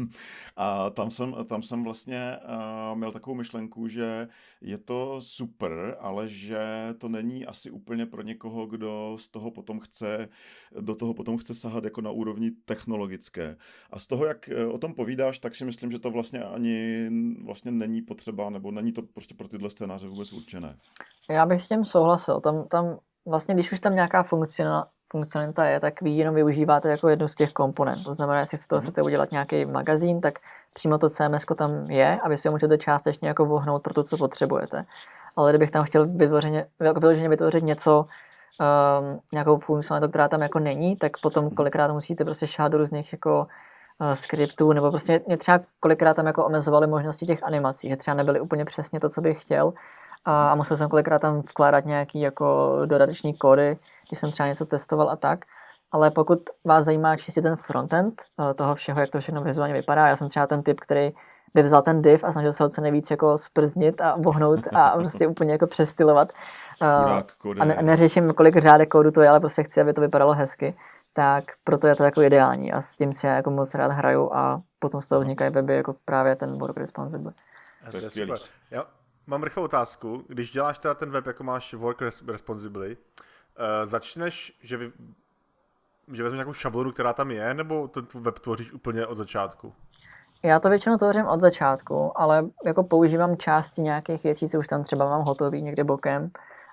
[SPEAKER 1] a tam jsem, tam jsem vlastně uh, měl takovou myšlenku, že je to super, ale že to není asi úplně pro někoho, kdo z toho potom chce, do toho potom chce sahat jako na úrovni technologické. A z toho, jak o tom povídáš, tak si myslím, že to vlastně ani vlastně není potřeba, nebo není to prostě pro tyhle scénáře vůbec určené.
[SPEAKER 3] Já bych s tím souhlasil. Tam, tam vlastně, když už tam nějaká funkcionalita je, tak vy jenom využíváte jako jednu z těch komponent. To znamená, jestli chcete, chcete udělat nějaký magazín, tak přímo to C M S tam je a vy si ho můžete částečně jako vohnout pro to, co potřebujete. Ale kdybych tam chtěl vytvořeně, vyloženě vytvořit něco, um, nějakou funkcionalitu, která tam jako není, tak potom kolikrát musíte prostě šát do různých jako uh, skriptů, nebo prostě mě třeba kolikrát tam jako omezovaly možnosti těch animací, že třeba nebyly úplně přesně to, co bych chtěl. A musel jsem kolikrát tam vkládat nějaký jako dodateční kódy, když jsem třeba něco testoval a tak. Ale pokud vás zajímá čistě ten frontend toho všeho, jak to všechno vizuálně vypadá, já jsem třeba ten typ, který by vzal ten div a snažil se ho co nejvíc jako sprznit a vohnout a prostě úplně jako přestylovat. A ne- neřeším, kolik řádek kódu to je, ale prostě chci, aby to vypadalo hezky. Tak proto je to jako ideální a s tím si já jako moc rád hraju a potom z toho vznikají weby jako právě ten work responsible.
[SPEAKER 2] To je skvělý. Jo. Mám rychlou otázku. Když děláš teda ten web, jako máš work responsibly, uh, začneš, že, vy, že vezmeš nějakou šablonu, která tam je, nebo ten web tvoříš úplně od začátku?
[SPEAKER 3] Já to většinou tvořím od začátku, ale jako používám části nějakých věcí, co už tam třeba mám hotový někde bokem.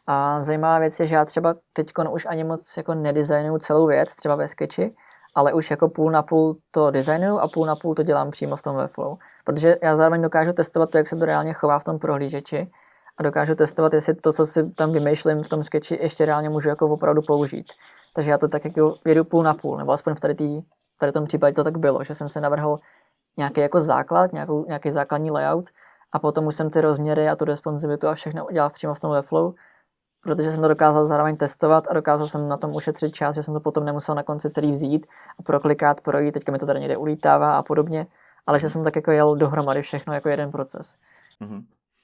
[SPEAKER 3] A zajímavá věc je, že já třeba teďkon už ani moc jako nedesignuju celou věc, třeba ve Sketchi, ale už jako půl na půl to designuju a půl na půl to dělám přímo v tom Webflow. Protože já zároveň dokážu testovat to, jak se to reálně chová v tom prohlížeči a dokážu testovat, jestli to, co si tam vymýšlím v tom Sketchi, ještě reálně můžu jako opravdu použít. Takže já to tak jako jedu půl na půl, nebo aspoň v tady, tý, tady tom případě to tak bylo, že jsem se navrhl nějaký jako základ, nějakou, nějaký základní layout a potom už jsem ty rozměry a tu responsivitu a všechno udělal přímo v tom Webflow, protože jsem to dokázal zároveň testovat a dokázal jsem na tom ušetřit čas, že jsem to potom nemusel na konci celý vzít a proklikat, projít, teďka mi to tady někde ulítává a podobně, ale že jsem tak jako jel dohromady všechno jako jeden proces.
[SPEAKER 1] Mm-hmm.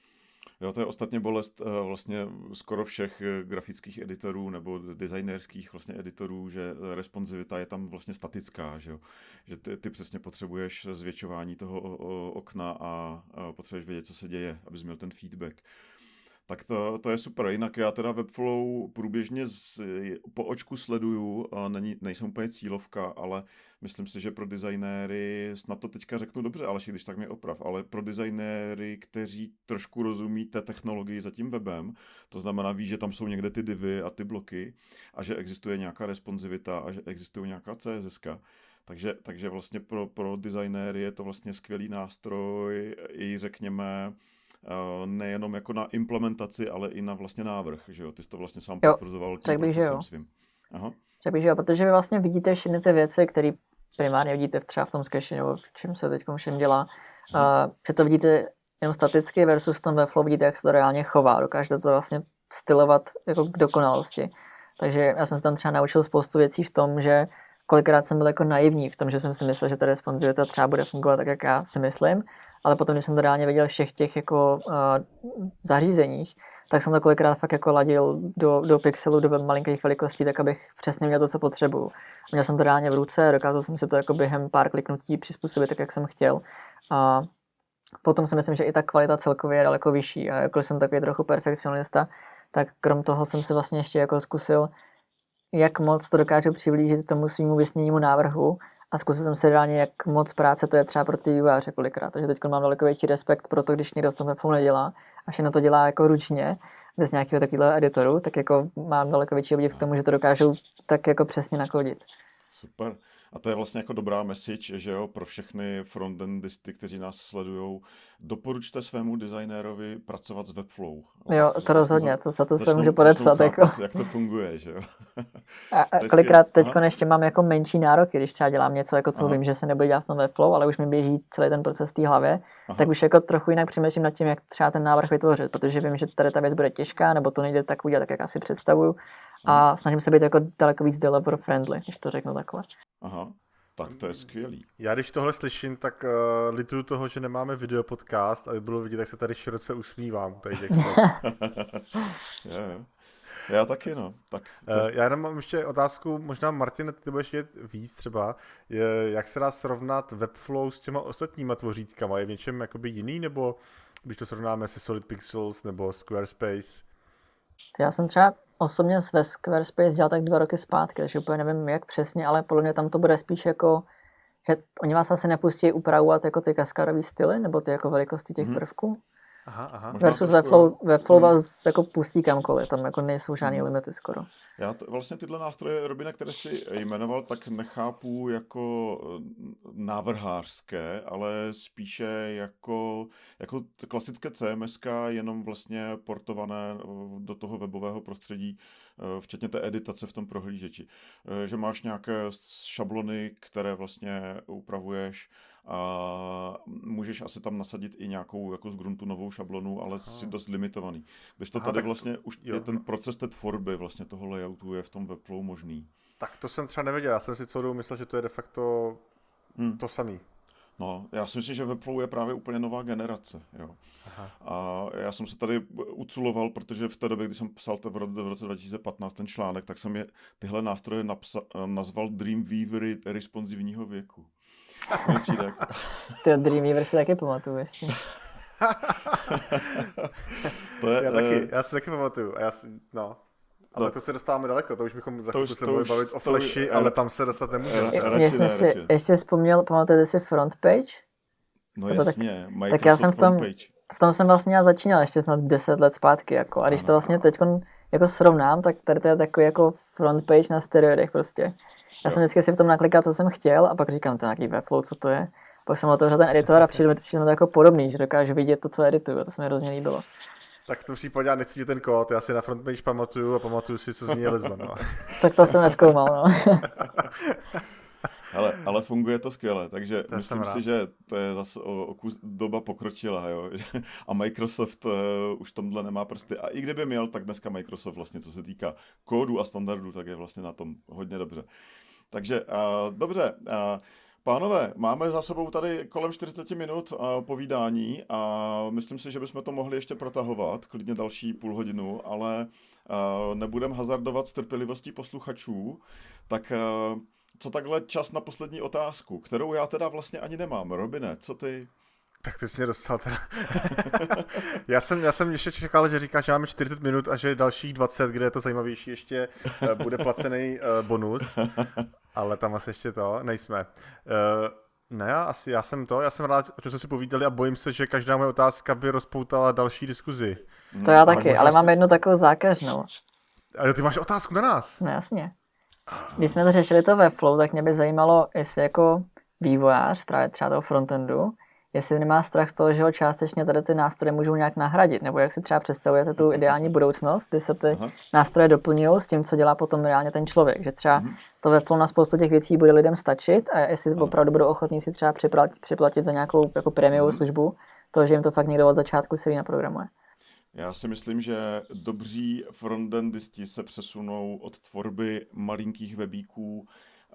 [SPEAKER 1] Jo, to je ostatně bolest vlastně skoro všech grafických editorů nebo designérských vlastně editorů, že responsivita je tam vlastně statická, že jo? Že ty, ty přesně potřebuješ zvětšování toho okna a potřebuješ vědět, co se děje, abys měl ten feedback. Tak to, to je super. Jinak já teda Webflow průběžně z, po očku sleduju, není, nejsem úplně cílovka, ale myslím si, že pro designéry, snad to teďka řeknu dobře, ale když tak mě oprav, ale pro designéry, kteří trošku rozumí té technologii za tím webem, to znamená, ví, že tam jsou někde ty divy a ty bloky a že existuje nějaká responsivita a že existuje nějaká C S S ka. Takže, takže vlastně pro, pro designéry je to vlastně skvělý nástroj i řekněme nejenom jako na implementaci, ale i na vlastně návrh, že jo? Ty jsi to vlastně sám potvrzoval tím procesem svým. Aha.
[SPEAKER 3] Tak bych, že jo, protože vy vlastně vidíte všechny ty věci, které primárně vidíte třeba v tom Sketchi nebo v čem se teď všem dělá, uh, že to vidíte jenom staticky versus v tom Webflow vidíte, jak se to reálně chová. Dokážete to vlastně stylovat jako k dokonalosti. Takže já jsem se tam třeba naučil spoustu věcí v tom, že kolikrát jsem byl jako naivní v tom, že jsem si myslel, že ta responsivita třeba bude fungovat tak, jak já si myslím, ale potom, když jsem to reálně viděl všech těch jako uh, zařízeních, tak jsem to kolikrát fakt jako ladil do, do pixelu, do malinkých velikostí, tak abych přesně měl to, co potřebuju. Měl jsem to reálně v ruce, dokázal jsem si to jako během pár kliknutí přizpůsobit tak, jak jsem chtěl. A potom si myslím, že i ta kvalita celkově je daleko vyšší. A jako jsem takový trochu perfekcionista, tak krom toho jsem si vlastně ještě jako zkusil, jak moc to dokážu přiblížit tomu svýmu vysněnému návrhu a zkusil jsem si reálně, jak moc práce to je třeba pro ty vývojáře kolikrát. Takže teď mám daleko větší respekt pro to, když někdo v tom webflow nedělá a všechno to dělá jako ručně, bez nějakého takového editoru, tak jako mám daleko větší obdiv k tomu, že to dokážou tak jako přesně nakodit.
[SPEAKER 1] Super. A to je vlastně jako dobrá message, že jo, pro všechny frontendisty, kteří nás sledujou. Doporučte svému designérovi pracovat s Webflow.
[SPEAKER 3] Jo, to rozhodně, to za to se můžu podepsat. Jako.
[SPEAKER 1] Jak to funguje, že jo.
[SPEAKER 3] A, a kolikrát teď ještě mám jako menší nároky, když třeba dělám něco, jako co Aha. vím, že se nebude dělat v tom Webflow, ale už mi běží celý ten proces v té hlavě, Aha. tak už jako trochu jinak přemýšlím nad tím, jak třeba ten návrh vytvořit, protože vím, že tady ta věc bude těžká, nebo to nejde tak udělat, tak jak asi představuju. A snažím se být jako daleko víc developer friendly, když to řeknu takhle.
[SPEAKER 1] Aha, tak to je skvělý.
[SPEAKER 2] Já když tohle slyším, tak uh, lituju toho, že nemáme videopodcast, aby bylo vidět, jak se tady široce usmívám. Tady těch
[SPEAKER 1] jo, jo. Já taky, no. Tak
[SPEAKER 2] to... uh, já jenom mám ještě otázku, možná Martin, ty budeš vědět víc třeba, je, jak se dá srovnat Webflow s těma ostatníma tvořítkama? Je v něčem jakoby jiný, nebo když to srovnáme se Solid Pixels nebo Squarespace?
[SPEAKER 3] Já jsem třeba osobně ve Squarespace dělal tak dva roky zpátky, takže úplně nevím, jak přesně, ale podle mě tam to bude spíš jako, že oni vás asi nepustí upravovat jako ty kaskádové styly, nebo ty jako velikosti těch prvků.
[SPEAKER 2] Aha, aha.
[SPEAKER 3] Versus Webflow, Webflow vás jako pustí kamkoliv, tam jako nejsou žádný limity skoro.
[SPEAKER 1] Já t- vlastně tyhle nástroje, Robine, které jsi jmenoval, tak nechápu jako návrhářské, ale spíše jako, jako klasické C M S ka, jenom vlastně portované do toho webového prostředí, včetně té editace v tom prohlížeči. Že máš nějaké šablony, které vlastně upravuješ a můžeš asi tam nasadit i nějakou jako z gruntu novou šablonu, ale si dost limitovaný. Když to Aha, tady vlastně už jo. je ten proces té tvorby vlastně toho layoutu je v tom Webflow možný.
[SPEAKER 2] Tak to jsem třeba nevěděl, já jsem si celou dobu myslel, že to je de facto hmm. to samý.
[SPEAKER 1] No, já si myslím, že Webflow je právě úplně nová generace, jo. Aha. A já jsem se tady uculoval, protože v té době, když jsem psal to v roce dva tisíce patnáct ten článek, tak jsem je tyhle nástroje napsa- nazval Dreamweavery responsivního věku.
[SPEAKER 3] Ty Dreamweaver si taky pamatuju ještě.
[SPEAKER 2] to je, já, taky, já si taky pamatuju. A já si, no. Ale no. to se dostáváme daleko, to už bychom za chvíli se mohli bavit o Flashi, ale tam se dostat nemůžeme.
[SPEAKER 3] Já jsem si ještě vzpomněl, pamatujete si Frontpage?
[SPEAKER 1] No jasně,
[SPEAKER 3] tak,
[SPEAKER 1] Microsoft
[SPEAKER 3] tak já jsem v tom,
[SPEAKER 1] Frontpage.
[SPEAKER 3] V tom jsem vlastně já začínal ještě snad deset let zpátky, jako. A když ano, to vlastně teď jako srovnám, tak tady to je takový jako Frontpage na steroidech prostě. Já jo. jsem vždycky si v tom naklikal, co jsem chtěl, a pak říkám, to je nějaký Webflow, co to je. Pak jsem otevřel ten editor a přijde mi to jako podobný, že dokážu vidět to, co edituju, to se mi hrozně líbilo.
[SPEAKER 2] Tak v tom případě já nechci vidět ten kód, já si na Frontpage pamatuju a pamatuju si, co z něj lezlo. No.
[SPEAKER 3] Tak to jsem nezkoumal, no.
[SPEAKER 1] Ale, ale funguje to skvěle, takže to myslím si, že to je zase o, o kus doba pokročila, jo. A Microsoft uh, už tomhle nemá prsty. A i kdyby měl, tak dneska Microsoft vlastně, co se týká kódu a standardů, tak je vlastně na tom hodně dobře. Takže uh, dobře, uh, pánové, máme za sebou tady kolem čtyřicet minut uh, povídání a myslím si, že bychom to mohli ještě protahovat, klidně další půl hodinu, ale uh, nebudem hazardovat s trpělivostí posluchačů, tak uh, co takhle čas na poslední otázku, kterou já teda vlastně ani nemám. Robine, co ty?
[SPEAKER 2] Tak ty jsi mě dostal teda. já, jsem, já jsem ještě čekal, že říkáš, že máme čtyřicet minut a že dalších dvacet, kde je to zajímavější, ještě uh, bude placený uh, bonus, ale tam asi ještě to nejsme. Uh, ne, asi já jsem to, já jsem rád, o čem jsme si povídali a bojím se, že každá moje otázka by rozpoutala další diskuzi.
[SPEAKER 3] To já taky, ale mám jednu takovou zákeřnou.
[SPEAKER 2] A ty máš otázku na nás?
[SPEAKER 3] No jasně. Když jsme to řešili to Webflow, tak mě by zajímalo, jestli jako vývojář, právě třeba toho frontendu, jestli nemá strach z toho, že ho částečně tady ty nástroje můžou nějak nahradit, nebo jak si třeba představujete tu ideální budoucnost, kdy se ty Aha. nástroje doplňují s tím, co dělá potom reálně ten člověk, že třeba mhm. to Webflow na spoustu těch věcí bude lidem stačit a jestli Aha. opravdu budou ochotní si třeba připlatit, připlatit za nějakou jako prémiovou mhm. službu, to, že jim to fakt někdo od začátku celý naprogramuje.
[SPEAKER 1] Já si myslím, že dobří frontendisti se přesunou od tvorby malinkých webíků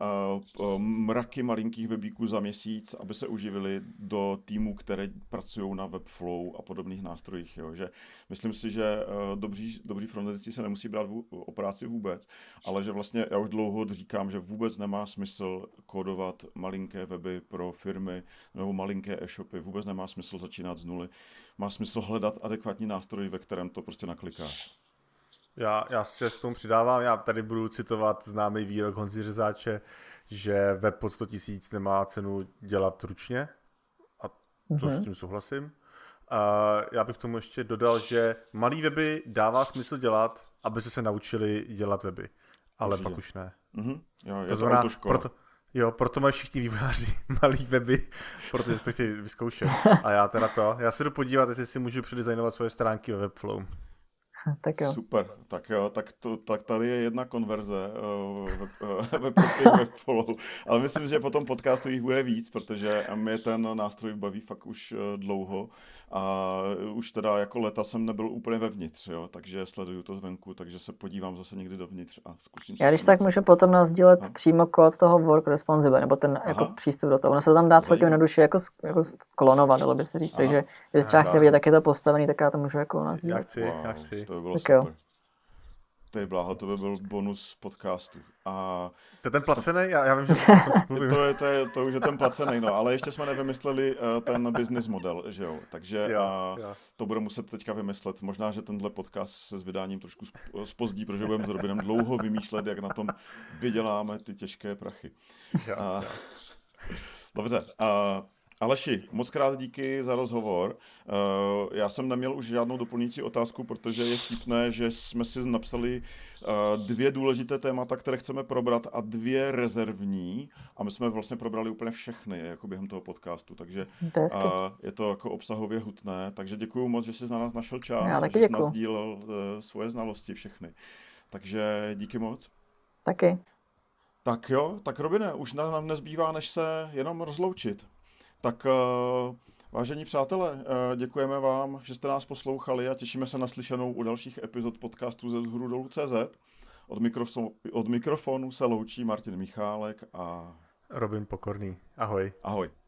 [SPEAKER 1] uh, mraky malinkých webíků za měsíc, aby se uživili do týmů, které pracují na Webflow a podobných nástrojích. Jo. Že myslím si, že uh, dobří, dobří frontendisti se nemusí brát v, o práci vůbec, ale že vlastně já už dlouho říkám, že vůbec nemá smysl kódovat malinké weby pro firmy nebo malinké e-shopy. Vůbec nemá smysl začínat z nuly. Má smysl hledat adekvátní nástroj, ve kterém to prostě naklikáš.
[SPEAKER 2] Já, já se k tomu přidávám, já tady budu citovat známý výrok Honzy Řezáče, že web pod sto tisíc nemá cenu dělat ručně a to mm-hmm. s tím souhlasím. A já bych tomu ještě dodal, že malý weby dává smysl dělat, aby se se naučili dělat weby, ale Určitě. Pak už ne.
[SPEAKER 1] Mm-hmm. Jo, je
[SPEAKER 2] to
[SPEAKER 1] to
[SPEAKER 2] znamená,
[SPEAKER 1] autoškola.
[SPEAKER 2] proto, jo, proto mají všichni vývojáři malý weby, protože si to chtějí vyzkoušet. A já teda to, já se jdu podívat, jestli si můžu předizajnovat svoje stránky ve Webflow.
[SPEAKER 3] Tak jo.
[SPEAKER 1] Super, tak jo, tak, to, tak tady je jedna konverze uh, ve prospěch Webflow, ale myslím, že po tom podcastu jich bude víc, protože mě ten nástroj baví fakt už uh, dlouho a už teda jako leta jsem nebyl úplně vevnitř, jo, takže sleduju to zvenku, takže se podívám zase někdy dovnitř a zkusím.
[SPEAKER 3] Já když tak něco. Můžu potom nazdílet no. přímo kód toho work responsive, nebo ten Aha. jako přístup do toho. Ono se tam dá celkem jednoduše jako, jako klonovat, dalo by se říct, Aha. takže když třeba chtěl vidět, jak je to postavený, tak já to můžu jako nazdílet.
[SPEAKER 2] Já chci, wow, já chci.
[SPEAKER 1] To by bylo
[SPEAKER 3] tak
[SPEAKER 1] super.
[SPEAKER 3] Jo.
[SPEAKER 1] Ty bláho, to by byl bonus podcastu. A
[SPEAKER 2] to je ten placený? Já, já vím, že
[SPEAKER 1] to, to, je, to, je, to už je ten placený, no, ale ještě jsme nevymysleli uh, ten business model, že jo, takže
[SPEAKER 2] jo,
[SPEAKER 1] uh,
[SPEAKER 2] jo.
[SPEAKER 1] to bude muset teďka vymyslet. Možná, že tenhle podcast se s vydáním trošku zpozdí, protože budeme s Robinem dlouho vymýšlet, jak na tom vyděláme ty těžké prachy.
[SPEAKER 2] Jo,
[SPEAKER 1] uh,
[SPEAKER 2] jo.
[SPEAKER 1] Dobře, uh, Aleši, moc krát díky za rozhovor. Uh, já jsem neměl už žádnou doplňující otázku, protože je vtipné, že jsme si napsali uh, dvě důležité témata, které chceme probrat a dvě rezervní a my jsme vlastně probrali úplně všechny jako během toho podcastu, takže uh, je to jako obsahově hutné, takže děkuju moc, že jsi na nás našel čas a že jsi nasdílel uh, svoje znalosti všechny. Takže díky moc.
[SPEAKER 3] Taky.
[SPEAKER 1] Tak jo, tak Robine, už nám nezbývá, než se jenom rozloučit. Tak vážení přátelé, děkujeme vám, že jste nás poslouchali a těšíme se na slyšenou u dalších epizod podcastu ze Vzhůru dolů tečka cé zet. Od, mikrofonu, od mikrofonu se loučí Martin Michálek a
[SPEAKER 2] Robin Pokorný. Ahoj.
[SPEAKER 1] Ahoj.